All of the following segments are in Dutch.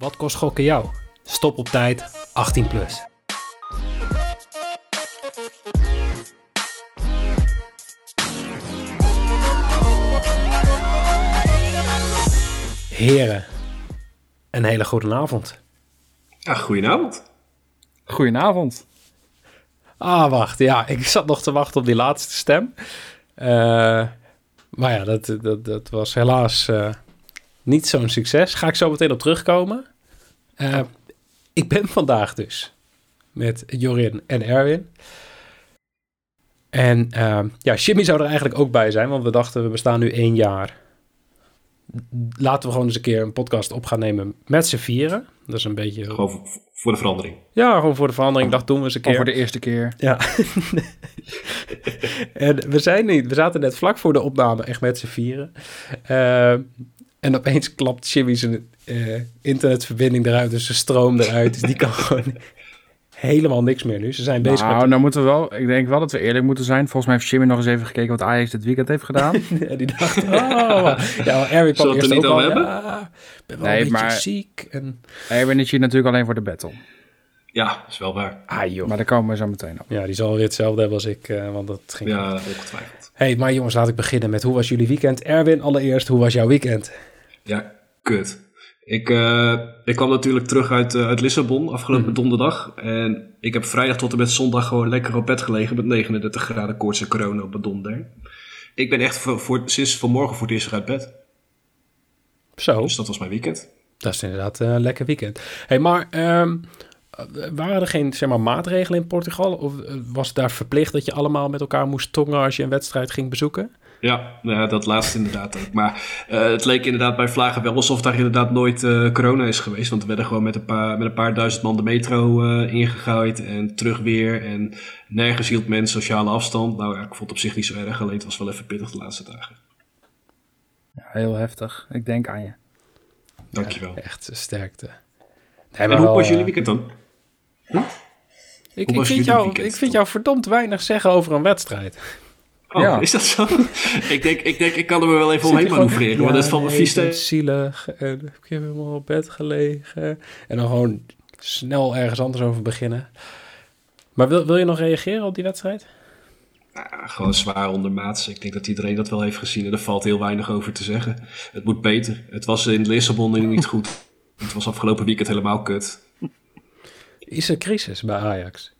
Wat kost gokken jou? Stop op tijd, 18 plus. Heren, een hele goede avond. Ja, goedenavond. Goedenavond. Wacht, ja, ik zat nog te wachten op die laatste stem. Maar ja, dat was helaas niet zo'n succes. Ga ik zo meteen op terugkomen. Ik ben vandaag dus met Jorin en Erwin. En Jimmy zou er eigenlijk ook bij zijn, want we dachten we bestaan nu 1 jaar. Laten we gewoon eens een keer een podcast op gaan nemen met z'n vieren. Dat is een beetje... Gewoon voor de verandering. Ja, gewoon voor de verandering. Ik dacht, doen we eens een keer. Of voor de eerste keer. Ja. En we zaten net vlak voor de opname echt met z'n vieren. En opeens klapt Jimmy zijn internetverbinding eruit, dus zijn stroom eruit. Dus die kan gewoon helemaal niks meer nu. Ze zijn bezig met... Nou moeten we wel... Ik denk wel dat we eerlijk moeten zijn. Volgens mij heeft Jimmy nog eens even gekeken wat Ajax dit weekend heeft gedaan. Ja, die dacht... Ja, Erwin kwam eerst ook al... Ja, ik ben wel een beetje ziek. En... Erwin is hier natuurlijk alleen voor de battle. Ja, dat is wel waar. Joh. Maar daar komen we zo meteen op. Ja, die zal weer hetzelfde hebben als ik, want dat ging... Ja, ongetwijfeld. Hey, maar jongens, laat ik beginnen met hoe was jullie weekend? Erwin, allereerst, hoe was jouw weekend? Ja, kut. Ik kwam natuurlijk terug uit Lissabon afgelopen donderdag. En ik heb vrijdag tot en met zondag gewoon lekker op bed gelegen met 39 graden koorts en corona op mijn donder. Ik ben echt sinds vanmorgen voor het eerst uit bed. Zo. Dus dat was mijn weekend. Dat is inderdaad een lekker weekend. Hey, maar waren er geen maatregelen in Portugal? Of was het daar verplicht dat je allemaal met elkaar moest tongen als je een wedstrijd ging bezoeken? Ja, dat laatste inderdaad ook. Maar het leek inderdaad bij Vlagen wel alsof daar inderdaad nooit corona is geweest. Want we werden gewoon met een paar duizend man de metro ingegooid en terug weer. En nergens hield men sociale afstand. Nou ja, ik vond het op zich niet zo erg. Alleen het was wel even pittig de laatste dagen. Ja, heel heftig. Ik denk aan je. Dankjewel. Ja, echt sterkte. Nee, en hoe was jullie weekend dan? Ik vind jou verdomd weinig zeggen over een wedstrijd. Oh, ja. Is dat zo? ik kan er wel even omheen manoeuvreren, maar dat valt me vies tegen. Zielig. En ik heb helemaal op bed gelegen. En dan gewoon snel ergens anders over beginnen. Maar wil je nog reageren op die wedstrijd? Gewoon zwaar ondermaats. Ik denk dat iedereen dat wel heeft gezien en er valt heel weinig over te zeggen. Het moet beter. Het was in Lissabon niet goed. Het was afgelopen weekend helemaal kut. Is er crisis bij Ajax?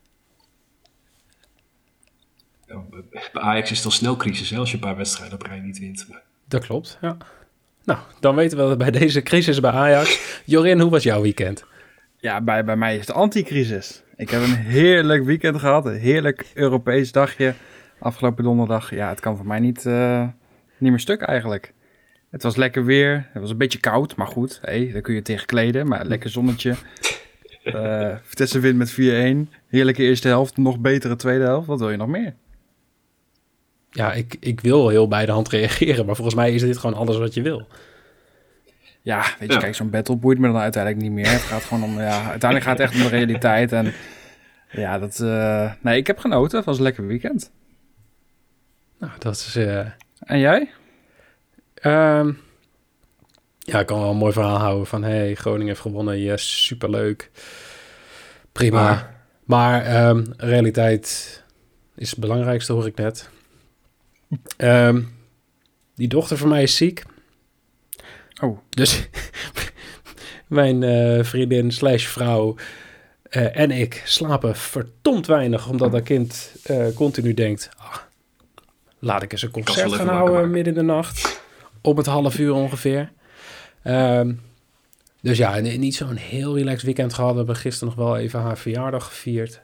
Bij Ajax is het al snel crisis, hè, als je een paar wedstrijden op rij niet wint. Maar... Dat klopt, ja. Nou, dan weten we dat bij deze crisis bij Ajax. Jorin, hoe was jouw weekend? Ja, bij mij is het anticrisis. Ik heb een heerlijk weekend gehad. Een heerlijk Europees dagje. Afgelopen donderdag. Ja, het kan voor mij niet meer stuk eigenlijk. Het was lekker weer. Het was een beetje koud, maar goed. Daar kun je tegen kleden. Maar lekker zonnetje. Vitesse wint met 4-1. Heerlijke eerste helft. Nog betere tweede helft. Wat wil je nog meer? Ja, ik wil heel bij de hand reageren, maar volgens mij is dit gewoon alles wat je wil. Ja, weet je, kijk, zo'n battle boeit me dan uiteindelijk niet meer. Het gaat gewoon om, uiteindelijk gaat het echt om de realiteit. En ja, nee, ik heb genoten. Het was een lekker weekend. Nou, dat is... En jij? Ja, ik kan wel een mooi verhaal houden van, hey, Groningen heeft gewonnen, yes, superleuk. Prima. Maar realiteit is het belangrijkste, hoor ik net. Die dochter van mij is ziek. Oh. Dus mijn vriendin / vrouw en ik slapen verdomd weinig, omdat dat kind continu denkt, laat ik eens een concert gaan houden midden in de nacht. Om het 12:30 ongeveer. Dus ja, niet zo'n heel relaxed weekend gehad. We hebben gisteren nog wel even haar verjaardag gevierd.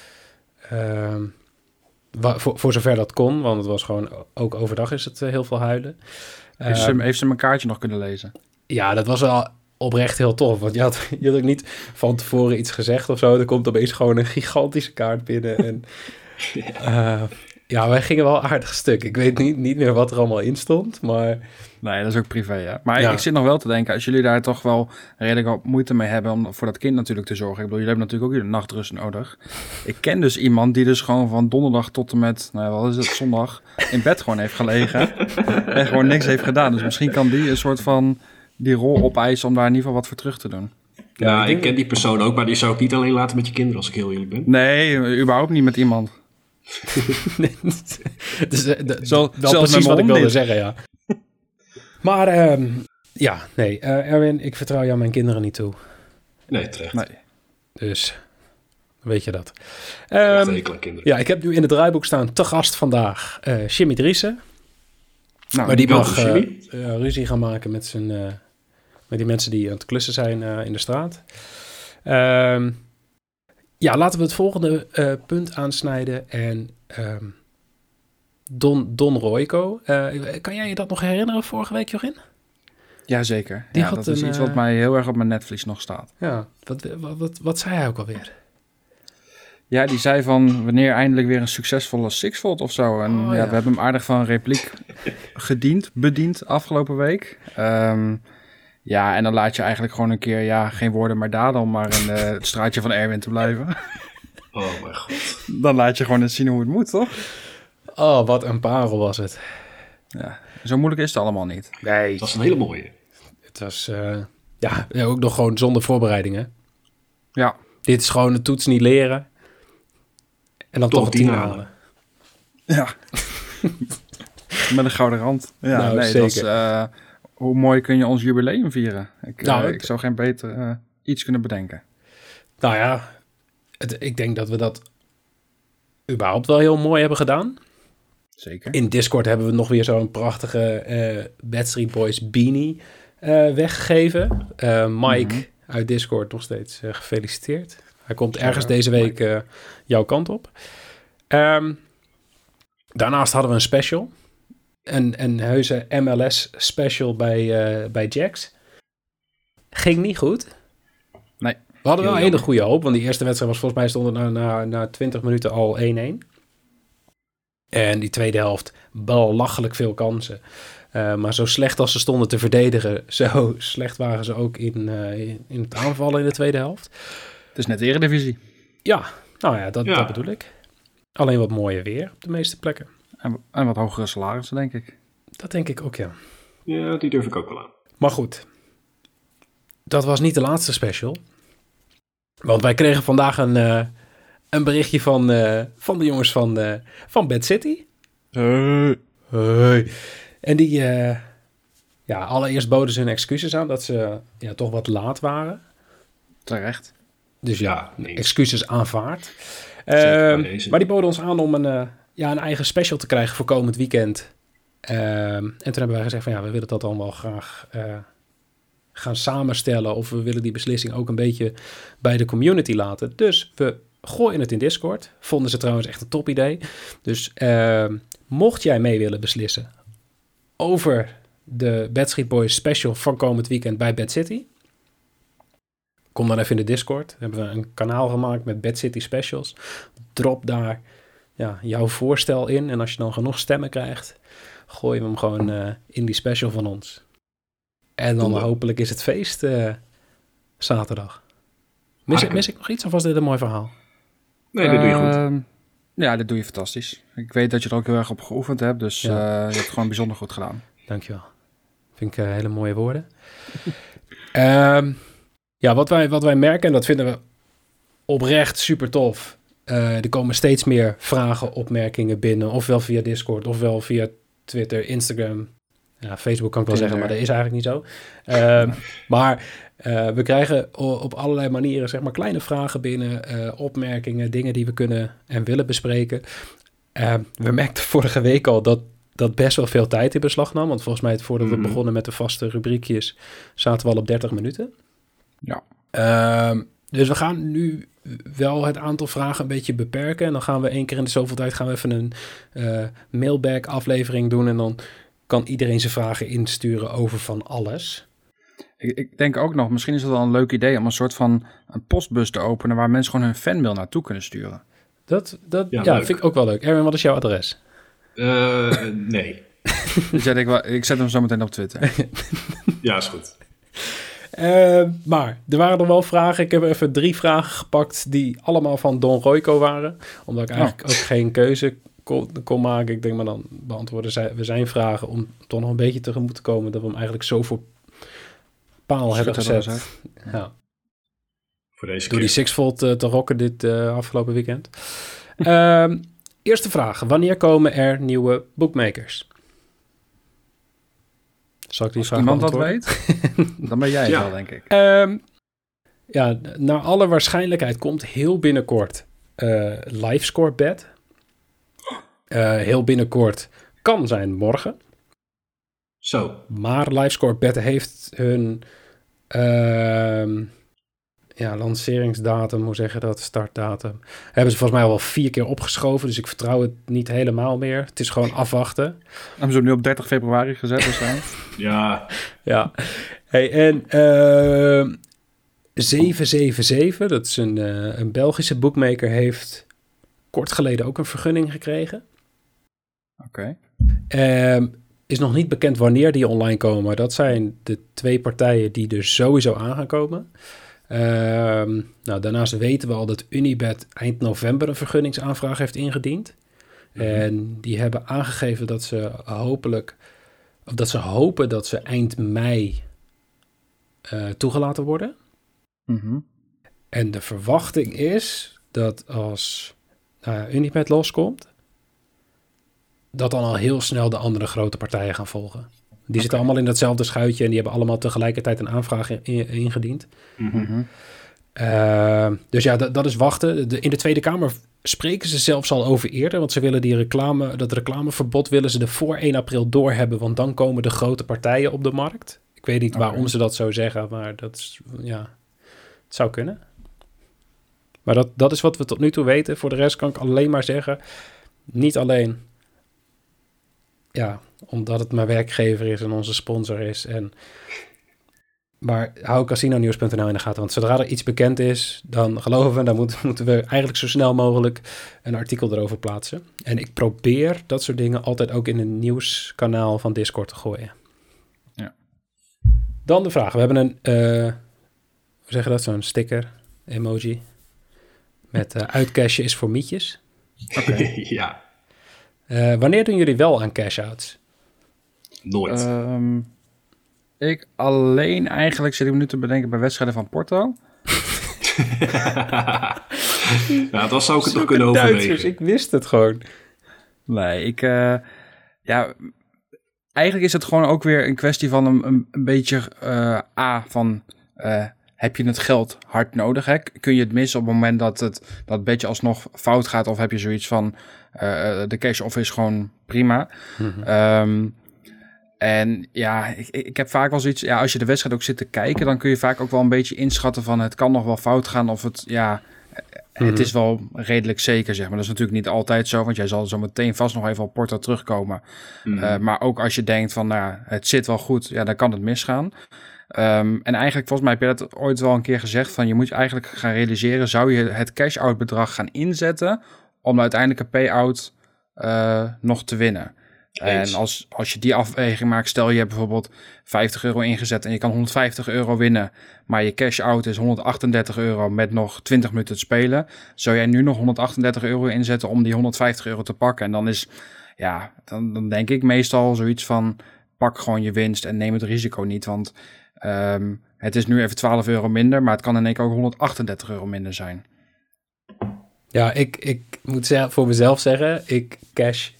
Voor zover dat kon, want het was gewoon, ook overdag is het heel veel huilen. Heeft ze mijn kaartje nog kunnen lezen? Ja, dat was wel oprecht heel tof, want je had ook niet van tevoren iets gezegd of zo. Er komt opeens gewoon een gigantische kaart binnen en... Ja, wij gingen wel aardig stuk. Ik weet niet meer wat er allemaal in stond, maar... Nee, dat is ook privé, ja. Maar ik zit nog wel te denken, als jullie daar toch wel redelijk wat moeite mee hebben om voor dat kind natuurlijk te zorgen. Ik bedoel, jullie hebben natuurlijk ook jullie nachtrust nodig. Ik ken dus iemand die dus gewoon van donderdag tot en met, wat is het, zondag, in bed gewoon heeft gelegen. En gewoon niks heeft gedaan. Dus misschien kan die een soort van die rol opeisen om daar in ieder geval wat voor terug te doen. Ja, ik ken die persoon ook, maar die zou ik niet alleen laten met je kinderen, als ik heel eerlijk ben. Nee, überhaupt niet met iemand. Dus, Wel precies met wat ik mijn wilde hond zeggen, ja. Maar Erwin, ik vertrouw jou mijn kinderen niet toe. Nee, terecht. Nee. Dus weet je dat. Echt een hekel aan kinderen. Ja, ik heb nu in het draaiboek staan te gast vandaag Jimmy Driessen. Nou, Maar die mag Jimmy. ruzie gaan maken met die mensen die aan het klussen zijn in de straat. Laten we het volgende punt aansnijden. En Don Royko. Kan jij je dat nog herinneren vorige week, Jorin? Jazeker. Die Ja, had dat is een, iets wat mij heel erg op mijn netvlies nog staat. Ja, wat zei hij ook alweer? Ja, die zei van wanneer eindelijk weer een succesvolle Sixfold of zo. En we hebben hem aardig van een repliek bediend afgelopen week. Ja, en dan laat je eigenlijk gewoon een keer, geen woorden maar daden om maar in het straatje van Erwin te blijven. Oh mijn god. Dan laat je gewoon eens zien hoe het moet, toch? Oh, wat een parel was het. Ja, zo moeilijk is het allemaal niet. Nee. Dat was een hele mooie. Het was, ook nog gewoon zonder voorbereidingen. Ja. Dit is gewoon de toets niet leren. En dan toch een 10 halen. Ja. Met een gouden rand. Ja, Nou, nee, zeker. dat is, hoe mooi kun je ons jubileum vieren? Ik zou geen beter iets kunnen bedenken. Nou ja, ik denk dat we dat überhaupt wel heel mooi hebben gedaan. Zeker. In Discord hebben we nog weer zo'n prachtige Backstreet Boys beanie weggegeven. Mike uit Discord nog steeds gefeliciteerd. Hij komt ergens deze week jouw kant op. Daarnaast hadden we een special. Een heuse MLS special bij Jax. Ging niet goed. Nee. We hadden wel een hele goede hoop, want die eerste wedstrijd was volgens mij stond na 20 minuten al 1-1. En die tweede helft belachelijk veel kansen. Maar zo slecht als ze stonden te verdedigen, zo slecht waren ze ook in het aanvallen in de tweede helft. Het is net de Eredivisie. Ja, nou ja, dat bedoel ik. Alleen wat mooier weer op de meeste plekken. En wat hogere salarissen, denk ik. Dat denk ik ook, ja. Ja, die durf ik ook wel aan. Maar goed, dat was niet de laatste special. Want wij kregen vandaag een berichtje van de jongens van Bad City. Hey. En die, allereerst boden ze hun excuses aan dat ze toch wat laat waren. Terecht. Dus nee. excuses aanvaard. Maar die boden ons aan om een eigen special te krijgen voor komend weekend. En toen hebben wij gezegd van we willen dat dan wel graag gaan samenstellen. Of we willen die beslissing ook een beetje bij de community laten. Dus we gooien het in Discord. Vonden ze trouwens echt een top idee. Dus mocht jij mee willen beslissen over de Backstreet Boys special van komend weekend bij Bad City, kom dan even in de Discord. We hebben een kanaal gemaakt met Bad City specials. Drop daar jouw voorstel in. En als je dan genoeg stemmen krijgt, gooien we hem gewoon in die special van ons. En dan hopelijk is het feest zaterdag. Mis ik nog iets of was dit een mooi verhaal? Nee, dit doe je goed. Ja, dit doe je fantastisch. Ik weet dat je er ook heel erg op geoefend hebt. Dus je hebt het gewoon bijzonder goed gedaan. Dankjewel. Vind ik hele mooie woorden. Wat wij merken, en dat vinden we oprecht super tof. Er komen steeds meer vragen, opmerkingen binnen. Ofwel via Discord, ofwel via Twitter, Instagram. Ja, Facebook kan ik wel zeggen, maar dat is eigenlijk niet zo. Maar we krijgen op allerlei manieren zeg maar kleine vragen binnen. Opmerkingen, dingen die we kunnen en willen bespreken. We merkten vorige week al dat best wel veel tijd in beslag nam. Want volgens mij voordat we begonnen met de vaste rubriekjes zaten we al op 30 minuten. Ja. Dus we gaan nu wel het aantal vragen een beetje beperken. En dan gaan we 1 keer in de zoveel tijd even een mailbag aflevering doen. En dan kan iedereen zijn vragen insturen over van alles. Ik denk ook nog, misschien is het wel een leuk idee om een soort van een postbus te openen waar mensen gewoon hun fanmail naartoe kunnen sturen. Dat vind ik ook wel leuk. Erwin, wat is jouw adres? Nee. Dus ik zet hem zo meteen op Twitter. Ja, is goed. Maar er waren er wel vragen. Ik heb even 3 vragen gepakt die allemaal van Don Royko waren. Omdat ik eigenlijk ook geen keuze kon maken. Ik denk maar dan beantwoorden we zijn vragen om toch nog een beetje tegemoet te komen dat we hem eigenlijk zo voor paal hebben Schitterend, gezet. Ja. Voor deze Door keer. die Sixfold te rocken dit afgelopen weekend. Eerste vraag. Wanneer komen er nieuwe bookmakers? Zal ik die vraag Iemand dat beantwoorden? weet, dan ben jij het Ja. wel, denk ik. Ja, naar alle waarschijnlijkheid komt heel binnenkort LiveScoreBet. Heel binnenkort kan zijn morgen. Zo. Maar LiveScoreBet heeft hun lanceringsdatum, hoe zeg je dat, startdatum, hebben ze volgens mij al wel 4 keer opgeschoven. Dus ik vertrouw het niet helemaal meer. Het is gewoon afwachten. Hebben ze hem nu op 30 februari gezet waarschijnlijk? Ja. Ja. Hey, en 777, dat is een Belgische bookmaker, heeft kort geleden ook een vergunning gekregen. Oké. Is nog niet bekend wanneer die online komen. Maar dat zijn de 2 partijen die er sowieso aan gaan komen. Daarnaast weten we al dat Unibet eind november een vergunningsaanvraag heeft ingediend. En die hebben aangegeven dat ze hopen dat ze eind mei toegelaten worden. Mhm. En de verwachting is dat als Unibet loskomt, dat dan al heel snel de andere grote partijen gaan volgen. Die zitten allemaal in datzelfde schuitje en die hebben allemaal tegelijkertijd een aanvraag ingediend. Mhm. Dus ja, dat is wachten. In de Tweede Kamer spreken ze zelfs al over eerder, want ze willen dat reclameverbod willen ze er voor 1 april doorhebben, want dan komen de grote partijen op de markt. Ik weet niet waarom ze dat zo zeggen, maar dat is, ja, het zou kunnen. Maar dat is wat we tot nu toe weten. Voor de rest kan ik alleen maar zeggen, niet alleen, ja, omdat het mijn werkgever is en onze sponsor is. Maar hou casinonews.nl in de gaten. Want zodra er iets bekend is, dan geloven we, dan moeten we eigenlijk zo snel mogelijk een artikel erover plaatsen. En ik probeer dat soort dingen altijd ook in een nieuwskanaal van Discord te gooien. Ja. Dan de vraag. We hebben een, hoe zeg je dat, zo'n sticker, emoji. Met uitcashen is voor mietjes. Ja. Wanneer doen jullie wel aan cash-outs? Nooit. Ik alleen eigenlijk zit ik me nu te bedenken bij wedstrijden van Porto. Ja, dan zou ik het nog kunnen overwegen. Ik wist het gewoon. Nee, eigenlijk is het gewoon ook weer een kwestie van een beetje heb je het geld hard nodig? Hè? Kun je het missen op het moment dat het beetje alsnog fout gaat? Of heb je zoiets van de cash-off is gewoon prima? Mm-hmm. En ja, ik heb vaak wel zoiets, ja, als je de wedstrijd ook zit te kijken, dan kun je vaak ook wel een beetje inschatten van het kan nog wel fout gaan of het, ja, het is wel redelijk zeker, zeg maar. Dat is natuurlijk niet altijd zo, want jij zal zo meteen vast nog even op Porto terugkomen. Maar ook als je denkt van, nou, het zit wel goed, ja, dan kan het misgaan. En eigenlijk, volgens mij heb je dat ooit wel een keer gezegd, van je moet eigenlijk gaan realiseren, zou je het cash-out bedrag gaan inzetten om de uiteindelijke pay-out nog te winnen? En als je die afweging maakt, stel je hebt bijvoorbeeld €50 ingezet en je kan €150 winnen, maar je cash-out is €138 met nog 20 minuten te spelen, zou jij nu nog €138 inzetten om die €150 te pakken? En dan is, ja, dan denk ik meestal zoiets van, pak gewoon je winst en neem het risico niet, want het is nu even €12 minder, maar het kan in één keer ook €138 minder zijn. Ja, ik moet voor mezelf zeggen, ik cash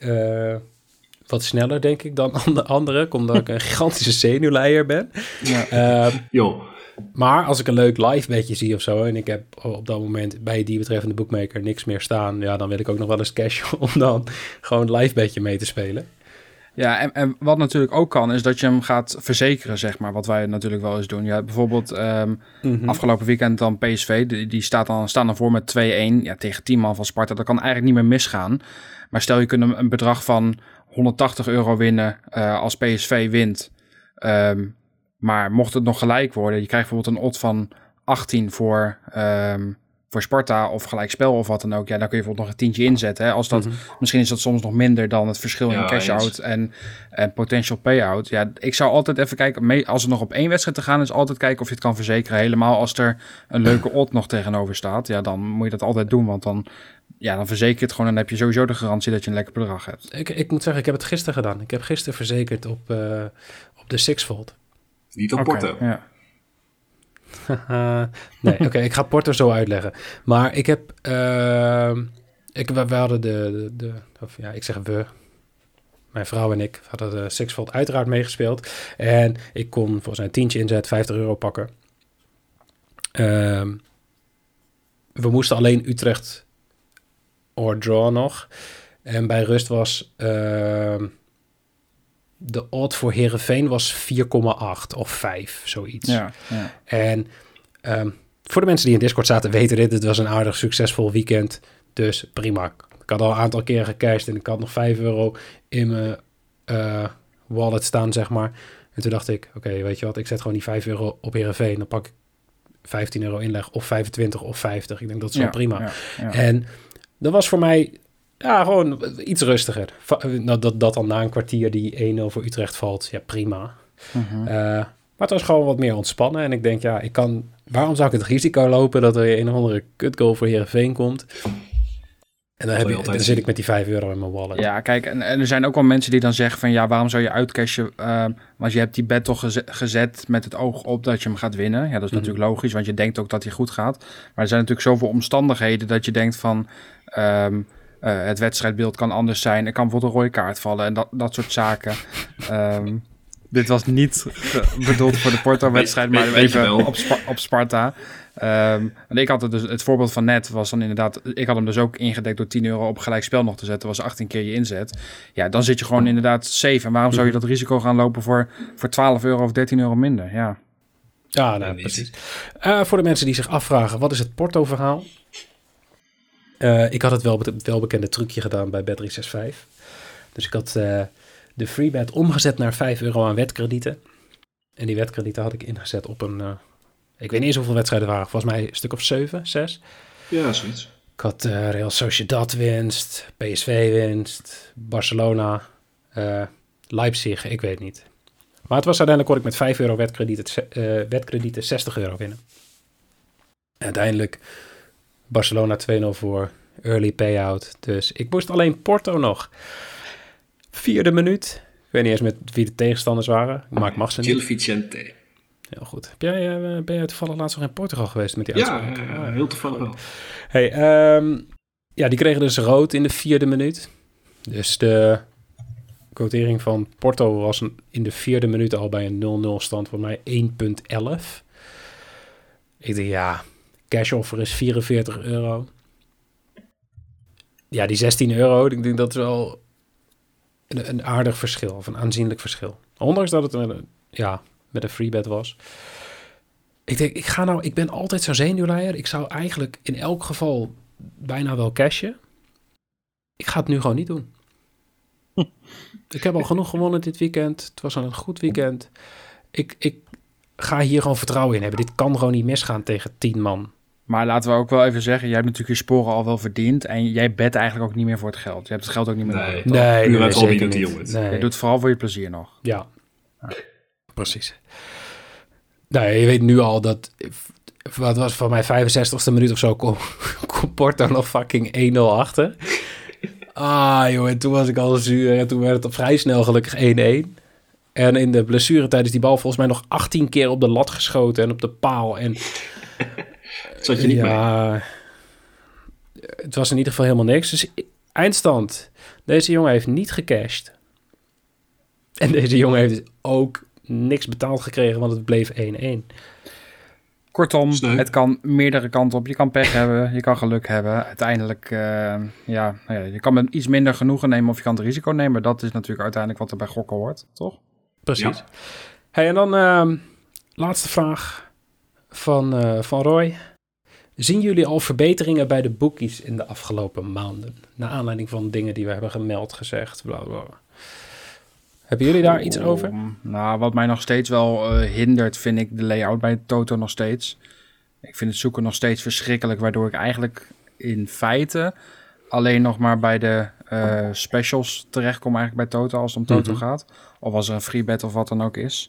wat sneller, denk ik, dan de anderen, omdat ik een gigantische zenuwleier ben. Ja. Maar als ik een leuk live bedje zie of zo, en ik heb op dat moment bij die betreffende bookmaker niks meer staan, ja, dan wil ik ook nog wel eens cash om dan gewoon live bedje mee te spelen. Ja, en wat natuurlijk ook kan, is dat je hem gaat verzekeren, zeg maar. Wat wij natuurlijk wel eens doen. Ja, bijvoorbeeld afgelopen weekend dan PSV. Die staan dan voor met 2-1 tegen 10 man van Sparta. Dat kan eigenlijk niet meer misgaan. Maar stel je kunt een bedrag van €180 winnen als PSV wint. Maar mocht het nog gelijk worden, je krijgt bijvoorbeeld een odd van 18 voor Sparta of gelijkspel of wat dan ook. Ja, dan kun je bijvoorbeeld nog een tientje inzetten. Hè? Als dat, misschien is dat soms nog minder dan het verschil in cash-out en potential payout. Ja, ik zou altijd even kijken, als er nog op 1 wedstrijd te gaan is, altijd kijken of je het kan verzekeren. Helemaal als er een leuke odd nog tegenover staat. Ja, dan moet je dat altijd doen, want dan verzeker je het gewoon en dan heb je sowieso de garantie dat je een lekker bedrag hebt. Ik moet zeggen, ik heb het gisteren gedaan. Ik heb gisteren verzekerd op de Sixfold. Niet op Porto. Ja. Nee, oké, ik ga Porto zo uitleggen. Maar ik heb... we hadden ik zeg we... Mijn vrouw en ik hadden de Sixfold uiteraard meegespeeld. En ik kon volgens mij een tientje inzet, €50 pakken. We moesten alleen Utrecht or draw nog. En bij rust was... de odd voor Heerenveen was 4,8 of 5, zoiets. Ja. En voor de mensen die in Discord zaten weten dit. Het was een aardig succesvol weekend. Dus prima. Ik had al een aantal keren gecashed en ik had nog €5 in mijn wallet staan, zeg maar. En toen dacht ik, oké, weet je wat? Ik zet gewoon die €5 op Heerenveen. Dan pak ik €15 inleg of 25 of 50. Ik denk dat is wel prima. Ja. En dat was voor mij... Ja, gewoon iets rustiger. Dat dan na een kwartier die 1-0 voor Utrecht valt. Ja, prima. Maar het was gewoon wat meer ontspannen. En ik denk, ja, waarom zou ik het risico lopen dat er een of andere kutgoal voor Heerenveen komt? En dan zit ik met die €5 in mijn wallet. Ja, kijk, en er zijn ook wel mensen die dan zeggen van... ja, waarom zou je uitcashen? Want je hebt die bet toch gezet met het oog op dat je hem gaat winnen. Ja, dat is natuurlijk logisch, want je denkt ook dat hij goed gaat. Maar er zijn natuurlijk zoveel omstandigheden dat je denkt van... het wedstrijdbeeld kan anders zijn. Er kan bijvoorbeeld een rode kaart vallen en dat soort zaken. Dit was niet bedoeld voor de Porto-wedstrijd, maar even op Sparta. En ik had het voorbeeld van net was dan inderdaad... Ik had hem dus ook ingedekt door €10 op gelijk spel nog te zetten. Dat was 18 keer je inzet. Ja, dan zit je gewoon inderdaad safe. En waarom zou je dat risico gaan lopen voor €12 of €13 minder? Ja. Ja, nou, precies. Voor de mensen die zich afvragen, wat is het Porto-verhaal? Ik had het welbekende trucje gedaan bij Bet365. Dus ik had de freebet omgezet naar €5 aan wetkredieten. En die wetkredieten had ik ingezet op een... ik weet niet eens hoeveel wedstrijden waren. Volgens mij een stuk of 7, 6. Ja, zoiets. Ik had Real Sociedad winst, PSV winst, Barcelona, Leipzig, ik weet niet. Maar het was uiteindelijk kon ik met €5 wetkredieten €60 winnen. En uiteindelijk Barcelona 2-0 voor, early payout. Dus ik moest alleen Porto nog. 4e minuut. Ik weet niet eens met wie de tegenstanders waren, maar ik mag ze niet. Gil Vicente. Heel goed. Ben jij toevallig laatst nog in Portugal geweest met die uitspraak? Ja, heel toevallig wel. Hey, die kregen dus rood in de 4e minuut. Dus de quotering van Porto was in de 4e minuut al bij een 0-0 stand. Voor mij 1,11. Ik dacht, ja, cash offer is €44. Ja, die €16, ik denk dat is wel een aardig verschil. Of een aanzienlijk verschil. Ondanks dat het met een freebet was. Ik denk, ik ben altijd zo'n zenuwleier. Ik zou eigenlijk in elk geval bijna wel cashen. Ik ga het nu gewoon niet doen. Ik heb al genoeg gewonnen dit weekend. Het was een goed weekend. Ik ga hier gewoon vertrouwen in hebben. Dit kan gewoon niet misgaan tegen 10 man. Maar laten we ook wel even zeggen, jij hebt natuurlijk je sporen al wel verdiend. En jij bet eigenlijk ook niet meer voor het geld. Je hebt het geld ook niet meer nodig. Nee, zeker niet. Je doet het vooral voor je plezier nog. Ja. Precies. Nou, je weet nu al dat... Wat was van mijn 65ste minuut of zo... kon Porto nog fucking 1-0 achter. Joh, en toen was ik al zuur. En toen werd het vrij snel gelukkig 1-1. En in de blessuretijd is die bal volgens mij nog 18 keer op de lat geschoten... en op de paal. En zat je niet mee? Het was in ieder geval helemaal niks. Dus eindstand. Deze jongen heeft niet gecashed. En deze jongen heeft ook niks betaald gekregen, want het bleef 1-1. Kortom, het kan meerdere kanten op. Je kan pech hebben, je kan geluk hebben. Uiteindelijk, je kan met iets minder genoegen nemen of je kan het risico nemen. Dat is natuurlijk uiteindelijk wat er bij gokken hoort, toch? Precies. Ja. Hey, en dan laatste vraag van Roy. Zien jullie al verbeteringen bij de bookies in de afgelopen maanden? Naar aanleiding van dingen die we hebben gemeld, gezegd, bla bla. Hebben jullie daar iets over? Nou, wat mij nog steeds wel hindert, vind ik de layout bij Toto nog steeds. Ik vind het zoeken nog steeds verschrikkelijk, waardoor ik eigenlijk in feite alleen nog maar bij de specials terechtkom eigenlijk bij Toto als het om Toto gaat. Of als er een free bet of wat dan ook is.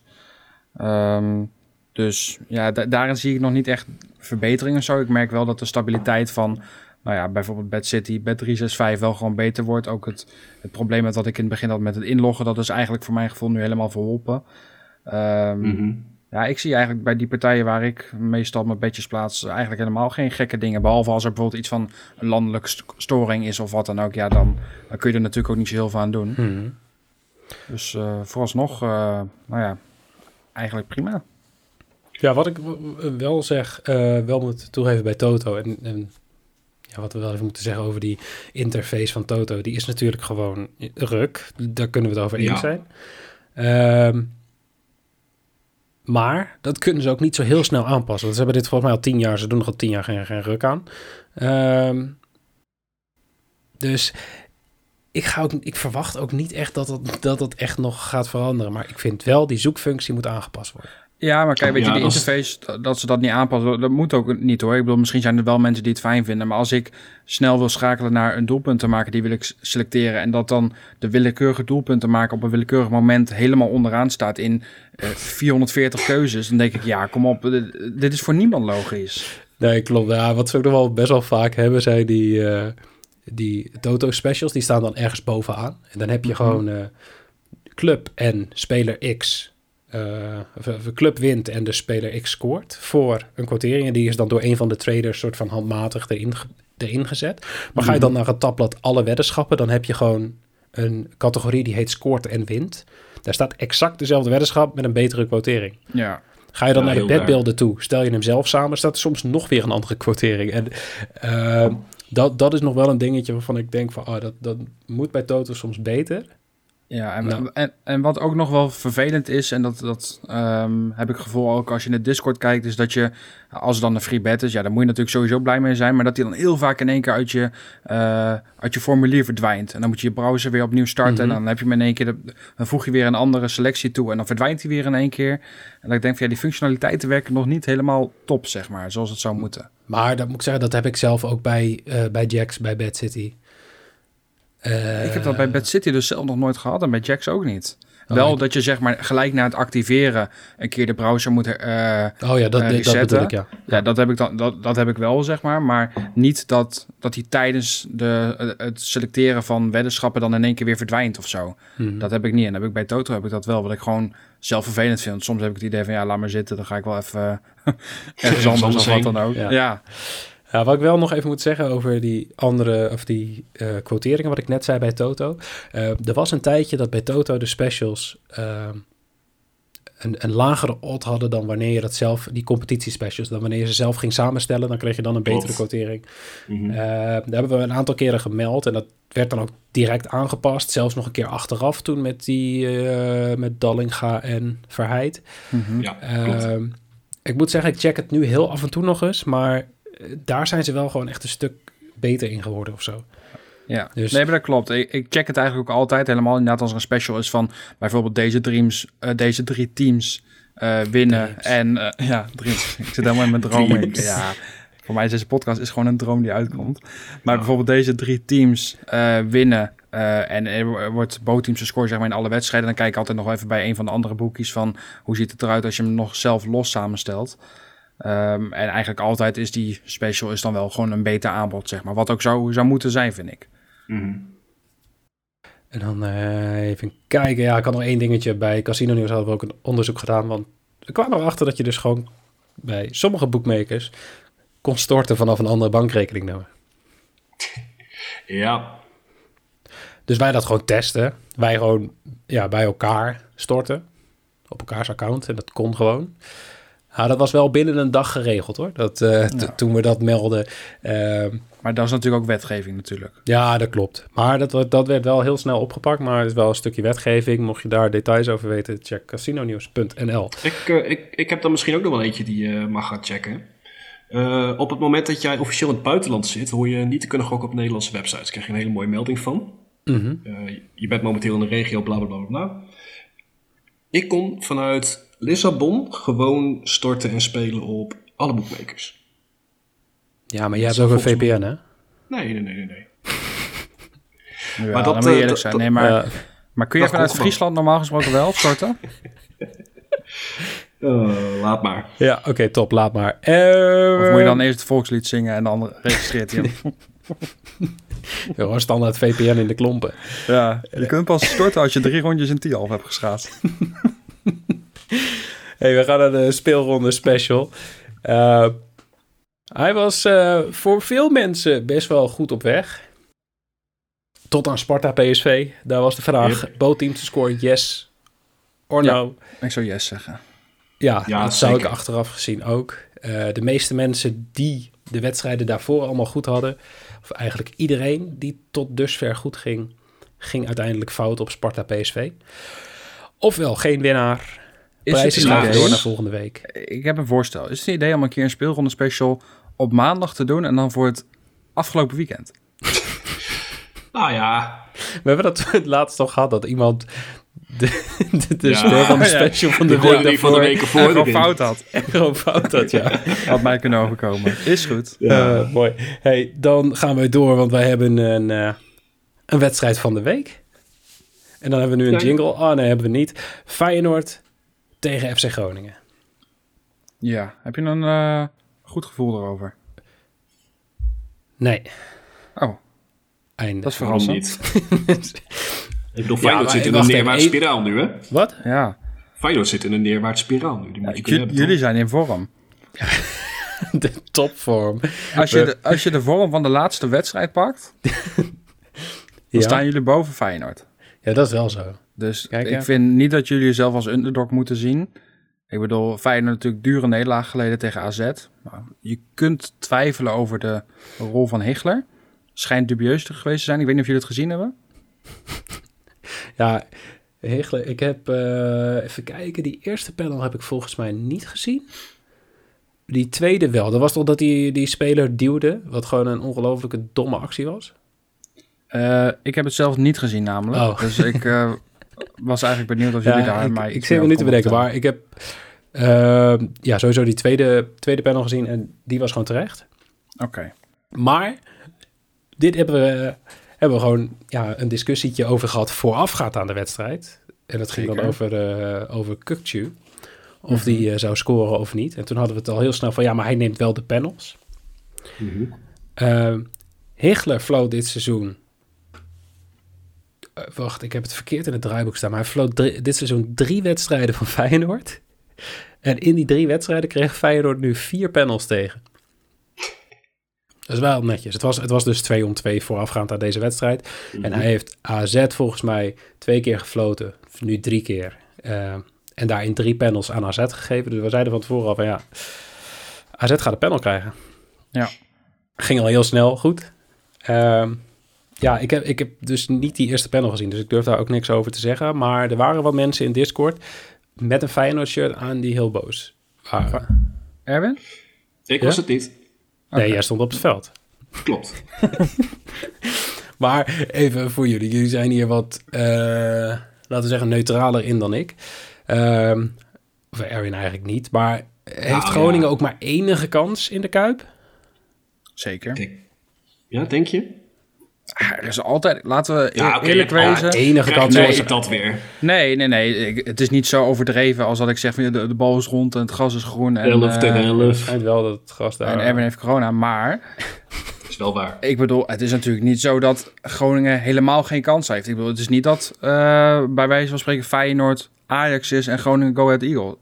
Dus ja, daarin zie ik nog niet echt verbeteringen zo. Ik merk wel dat de stabiliteit van... Nou ja, bijvoorbeeld BetCity, Bet365 wel gewoon beter wordt. Ook het probleem met wat ik in het begin had met het inloggen, dat is eigenlijk voor mijn gevoel nu helemaal verholpen. Ja, ik zie eigenlijk bij die partijen waar ik meestal mijn bedjes plaats eigenlijk helemaal geen gekke dingen. Behalve als er bijvoorbeeld iets van een landelijke storing is of wat dan ook. Ja, dan kun je er natuurlijk ook niet zo heel veel aan doen. Dus vooralsnog, eigenlijk prima. Ja, wat ik wel zeg, wel moet toegeven bij Toto en wat we wel even moeten zeggen over die interface van Toto, die is natuurlijk gewoon ruk. Daar kunnen we het over eens zijn. Maar dat kunnen ze ook niet zo heel snel aanpassen. Want ze hebben dit volgens mij al 10 jaar. Ze doen nog al 10 jaar geen ruk aan. Dus ik verwacht ook niet echt dat het echt nog gaat veranderen. Maar ik vind wel, die zoekfunctie moet aangepast worden. Ja, maar kijk, weet je, die interface, dat ze dat niet aanpassen, dat moet ook niet hoor. Ik bedoel, misschien zijn er wel mensen die het fijn vinden. Maar als ik snel wil schakelen naar een doelpunt te maken, die wil ik selecteren. En dat dan de willekeurige doelpunten maken op een willekeurig moment helemaal onderaan staat in 440 keuzes. Dan denk ik, ja, kom op, dit is voor niemand logisch. Nee, klopt. Ja, wat ze ook nog wel best wel vaak hebben, zijn die Toto specials. Die staan dan ergens bovenaan. En dan heb je gewoon club en speler X. De club wint en de speler X scoort voor een quotering. En die is dan door een van de traders soort van handmatig erin gezet. Maar ga je dan naar het tabblad alle weddenschappen, dan heb je gewoon een categorie die heet scoort en wint. Daar staat exact dezelfde weddenschap met een betere quotering. Ja. Ga je dan naar de bedbeelden toe, stel je hem zelf samen, staat er soms nog weer een andere quotering. En dat is nog wel een dingetje waarvan ik denk van, dat moet bij Toto soms beter. Ja, en wat ook nog wel vervelend is, en dat heb ik gevoel ook als je in de Discord kijkt, is dat je, als het dan een free bet is, ja, dan moet je natuurlijk sowieso blij mee zijn, maar dat die dan heel vaak in één keer uit je formulier verdwijnt. En dan moet je je browser weer opnieuw starten en dan heb je hem in één keer, dan voeg je weer een andere selectie toe en dan verdwijnt hij weer in één keer. En dan denk ik van, ja, die functionaliteiten werken nog niet helemaal top, zeg maar, zoals het zou moeten. Maar dat moet ik zeggen, dat heb ik zelf ook bij Jax, bij Bad City. Ik heb dat bij Bad City dus zelf nog nooit gehad en bij Jax ook niet. Wel dat je zeg maar gelijk na het activeren een keer de browser moet dat bedoel ik, ja. Ja, dat heb ik wel, zeg maar niet dat hij tijdens het selecteren van weddenschappen dan in één keer weer verdwijnt of zo. Dat heb ik niet. En bij Toto heb ik dat wel, wat ik gewoon zelf vervelend vind. Soms heb ik het idee van, ja, laat maar zitten, dan ga ik wel even ergens anders of wat dan ook. Ja. Ja, wat ik wel nog even moet zeggen over die andere, of die quoteringen, wat ik net zei bij Toto. Er was een tijdje dat bij Toto de specials een lagere odd hadden dan wanneer je dat zelf, die competitiespecials, dan wanneer je ze zelf ging samenstellen, dan kreeg je dan een betere quotering. Daar hebben we een aantal keren gemeld en dat werd dan ook direct aangepast, zelfs nog een keer achteraf toen met Dallinga en Verheid. Ja, klopt. Ik moet zeggen, ik check het nu heel af en toe nog eens, maar daar zijn ze wel gewoon echt een stuk beter in geworden of zo. Ja, dus nee, maar dat klopt. Ik check het eigenlijk ook altijd helemaal inderdaad als er een special is van bijvoorbeeld deze 3 teams winnen. Dreams. En Dreams. Ik zit helemaal in mijn dromen. Ja, voor mij is deze podcast gewoon een droom die uitkomt. Maar bijvoorbeeld deze 3 teams winnen en er wordt bootteams gescoord zeg maar in alle wedstrijden. Dan kijk ik altijd nog even bij een van de andere boekjes van hoe ziet het eruit als je hem nog zelf los samenstelt. En eigenlijk altijd is die special is dan wel gewoon een beter aanbod, zeg maar. Wat ook zou moeten zijn, vind ik. En dan even kijken. Ja, ik had nog 1 dingetje. Bij Casino Nieuws hadden we ook een onderzoek gedaan. Want we kwamen erachter dat je dus gewoon bij sommige bookmakers kon storten vanaf een andere bankrekeningnummer. Ja. Dus wij dat gewoon testen. Wij gewoon bij elkaar storten. Op elkaars account. En dat kon gewoon. Ja, dat was wel binnen een dag geregeld hoor. Toen we dat melden. Maar dat is natuurlijk ook wetgeving natuurlijk. Ja, dat klopt. Maar dat werd wel heel snel opgepakt. Maar het is wel een stukje wetgeving. Mocht je daar details over weten, check casinonews.nl. Ik heb dan misschien ook nog wel eentje die je mag gaan checken. Op het moment dat jij officieel in het buitenland zit, hoor je niet te kunnen gokken op Nederlandse websites. Daar krijg je een hele mooie melding van. Je bent momenteel in de regio, bla bla bla bla. Ik kon vanuit Lissabon gewoon storten en spelen op alle bookmakers. Ja, maar jij hebt ook een VPN, hè? Nee. Ja, maar dat moet eerlijk zijn. Nee, maar kun je vanuit Friesland normaal gesproken wel storten? Laat maar. Ja, oké, top, laat maar. Of moet je dan eerst het volkslied zingen en dan registreert hij hem? Gewoon standaard VPN in de klompen. Ja, je kunt pas storten als je 3 rondjes in Tialf hebt geschaatst. Hey, we gaan naar de speelronde special. Hij was voor veel mensen best wel goed op weg. Tot aan Sparta PSV. Daar was de vraag, both teams to score yes or no? Ik zou yes zeggen. Ja, dat zou zeker. ik achteraf gezien ook. De meeste mensen die de wedstrijden daarvoor allemaal goed hadden, of eigenlijk iedereen die tot dusver goed ging, ging uiteindelijk fout op Sparta PSV. Ofwel geen winnaar. Prijzen schuiven door naar volgende week. Ik heb een voorstel. Is het een idee om een keer een speelronde special op maandag te doen en dan voor het afgelopen weekend? Nou ja, We hebben dat het laatst al gehad, dat iemand de speelronde special van de ik week hoorde die van de daarvoor weken voor Gewoon erin. fout had. gewoon fout had, ja. Had mij kunnen overkomen. Is goed. Mooi. Hey, dan gaan we door, want wij hebben een wedstrijd van de week. En dan hebben we nu een Ja. jingle. Oh nee, hebben we niet. Feyenoord tegen FC Groningen. Ja. Heb je een goed gevoel erover? Nee, Oh, einde. dat is Waarom verrassend. niet? Ik bedoel, Feyenoord maar zit in een wacht even, neerwaarts spiraal nu, hè? Wat? Ja. Feyenoord zit in een neerwaarts spiraal nu. Die moet je kunnen hebben, Jullie toch? zijn in vorm. De topvorm. Als je de vorm van de laatste wedstrijd pakt, dan Ja? staan jullie boven Feyenoord. Ja, dat is wel zo. Dus Kijk, ik ja. vind niet dat jullie jezelf als underdog moeten zien. Ik bedoel, Feyenoord natuurlijk dure nederlaag geleden tegen AZ. Nou, je kunt twijfelen over de rol van Hichler. Schijnt dubieus te geweest te zijn. Ik weet niet of jullie het gezien hebben. Ja, Hichler, ik heb... even kijken, die eerste panel heb ik volgens mij niet gezien. Die tweede wel. Dat was toch dat die speler duwde, wat gewoon een ongelofelijke domme actie was? Ik heb het zelf niet gezien namelijk. Oh. Dus ik was eigenlijk benieuwd of jullie daar mij ik iets zit meer me nu te over bedenken, konden maar ik heb sowieso die tweede panel gezien en die was gewoon terecht. vertellen. Oké. Maar dit hebben we gewoon een discussietje over gehad voorafgaand aan de wedstrijd. En dat ging dan over Kukçu. Of die zou scoren of niet. En toen hadden we het al heel snel van, maar hij neemt wel de panels. Mhm. Hichler floot dit seizoen... wacht, ik heb het verkeerd in het draaiboek staan. Maar hij floot dit seizoen 3 wedstrijden van Feyenoord. En in die 3 wedstrijden kreeg Feyenoord nu 4 panels tegen. Dat is wel netjes. Het was dus 2-2 voorafgaand aan deze wedstrijd. En hij heeft AZ volgens mij 2 keer gefloten. Nu 3 keer. En daarin 3 panels aan AZ gegeven. Dus we zeiden van tevoren al van AZ gaat een panel krijgen. Ja. Ging al heel snel, goed. Ik heb dus niet die eerste panel gezien. Dus ik durf daar ook niks over te zeggen. Maar er waren wat mensen in Discord met een Feyenoord shirt aan die heel boos waren. Erwin? Ik was het niet. Nee, jij stond op het veld. Klopt. Maar even voor jullie. Jullie zijn hier wat, laten we zeggen, neutraler in dan ik. Of Erwin eigenlijk niet. Maar heeft Groningen ook maar enige kans in de Kuip? Zeker. Ja, denk je? Er is altijd, laten we Ja, oké, eerlijk je hebt wezen. Enige kans. Nee, dat weer. Nee. Het is niet zo overdreven als dat ik zeg van de bal is rond en het gras is groen. En, 11 tegen 11. Het schijnt wel dat het gras daar... en Erwin heeft corona, maar Is wel waar. ik bedoel, het is natuurlijk niet zo dat Groningen helemaal geen kans heeft. Ik bedoel, het is niet dat bij wijze van spreken Feyenoord Ajax is en Groningen Go Ahead Eagle.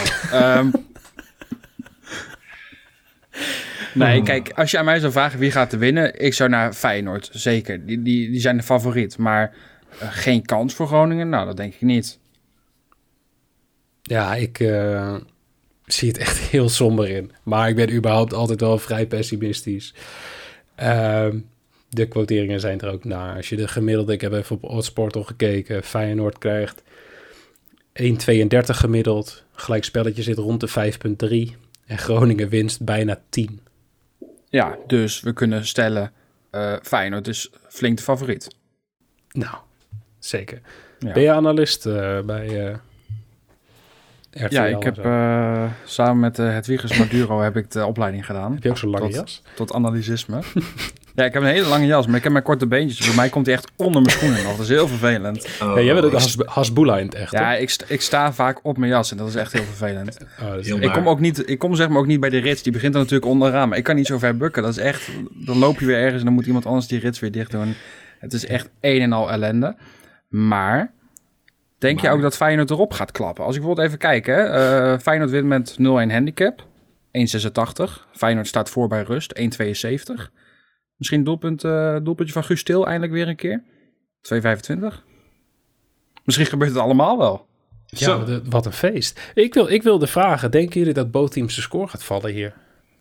Nee, kijk, als je aan mij zou vragen wie gaat er winnen, ik zou naar Feyenoord, zeker. Die zijn de favoriet, maar geen kans voor Groningen? Nou, dat denk ik niet. Ja, ik zie het echt heel somber in. Maar ik ben überhaupt altijd wel vrij pessimistisch. De quoteringen zijn er ook naar. Als je de gemiddelde... Ik heb even op Oddsport al gekeken. Feyenoord krijgt 1,32 gemiddeld. Gelijkspelletje zit rond de 5,3. En Groningen winst bijna 10. Ja, dus we kunnen stellen, Feyenoord is flink de favoriet. Nou, zeker. Ja. Ben je analist bij RTL? Ja, ik heb samen met Hedwiges Maduro heb ik de opleiding gedaan. Heb je ook zo'n lange jas? Tot analysisme. Ja, ik heb een hele lange jas, maar ik heb mijn korte beentjes. Voor mij komt hij echt onder mijn schoenen nog. Dat is heel vervelend. Ja, jij bent ook Hasbulla in het echt, Ja, toch? ik sta vaak op mijn jas en dat is echt heel vervelend. Oh, dat is- Heel Ik kom zeg maar ook niet bij de rits. Die begint dan natuurlijk onderaan. Maar ik kan niet zo ver bukken. Dat is echt... Dan loop je weer ergens en dan moet iemand anders die rits weer dicht doen. Het is echt een en al ellende. Maar Denk je Maar- ook dat Feyenoord erop gaat klappen? Als ik bijvoorbeeld even kijk, hè. Feyenoord wint met 0-1 handicap. 1,86. Feyenoord staat voor bij rust. 1,72. Misschien doelpuntje van Guus Til eindelijk weer een keer. 2,25. Misschien gebeurt het allemaal wel. Ja, Zo. wat een feest. Ik wilde vragen, denken jullie dat both teams de score gaat vallen hier?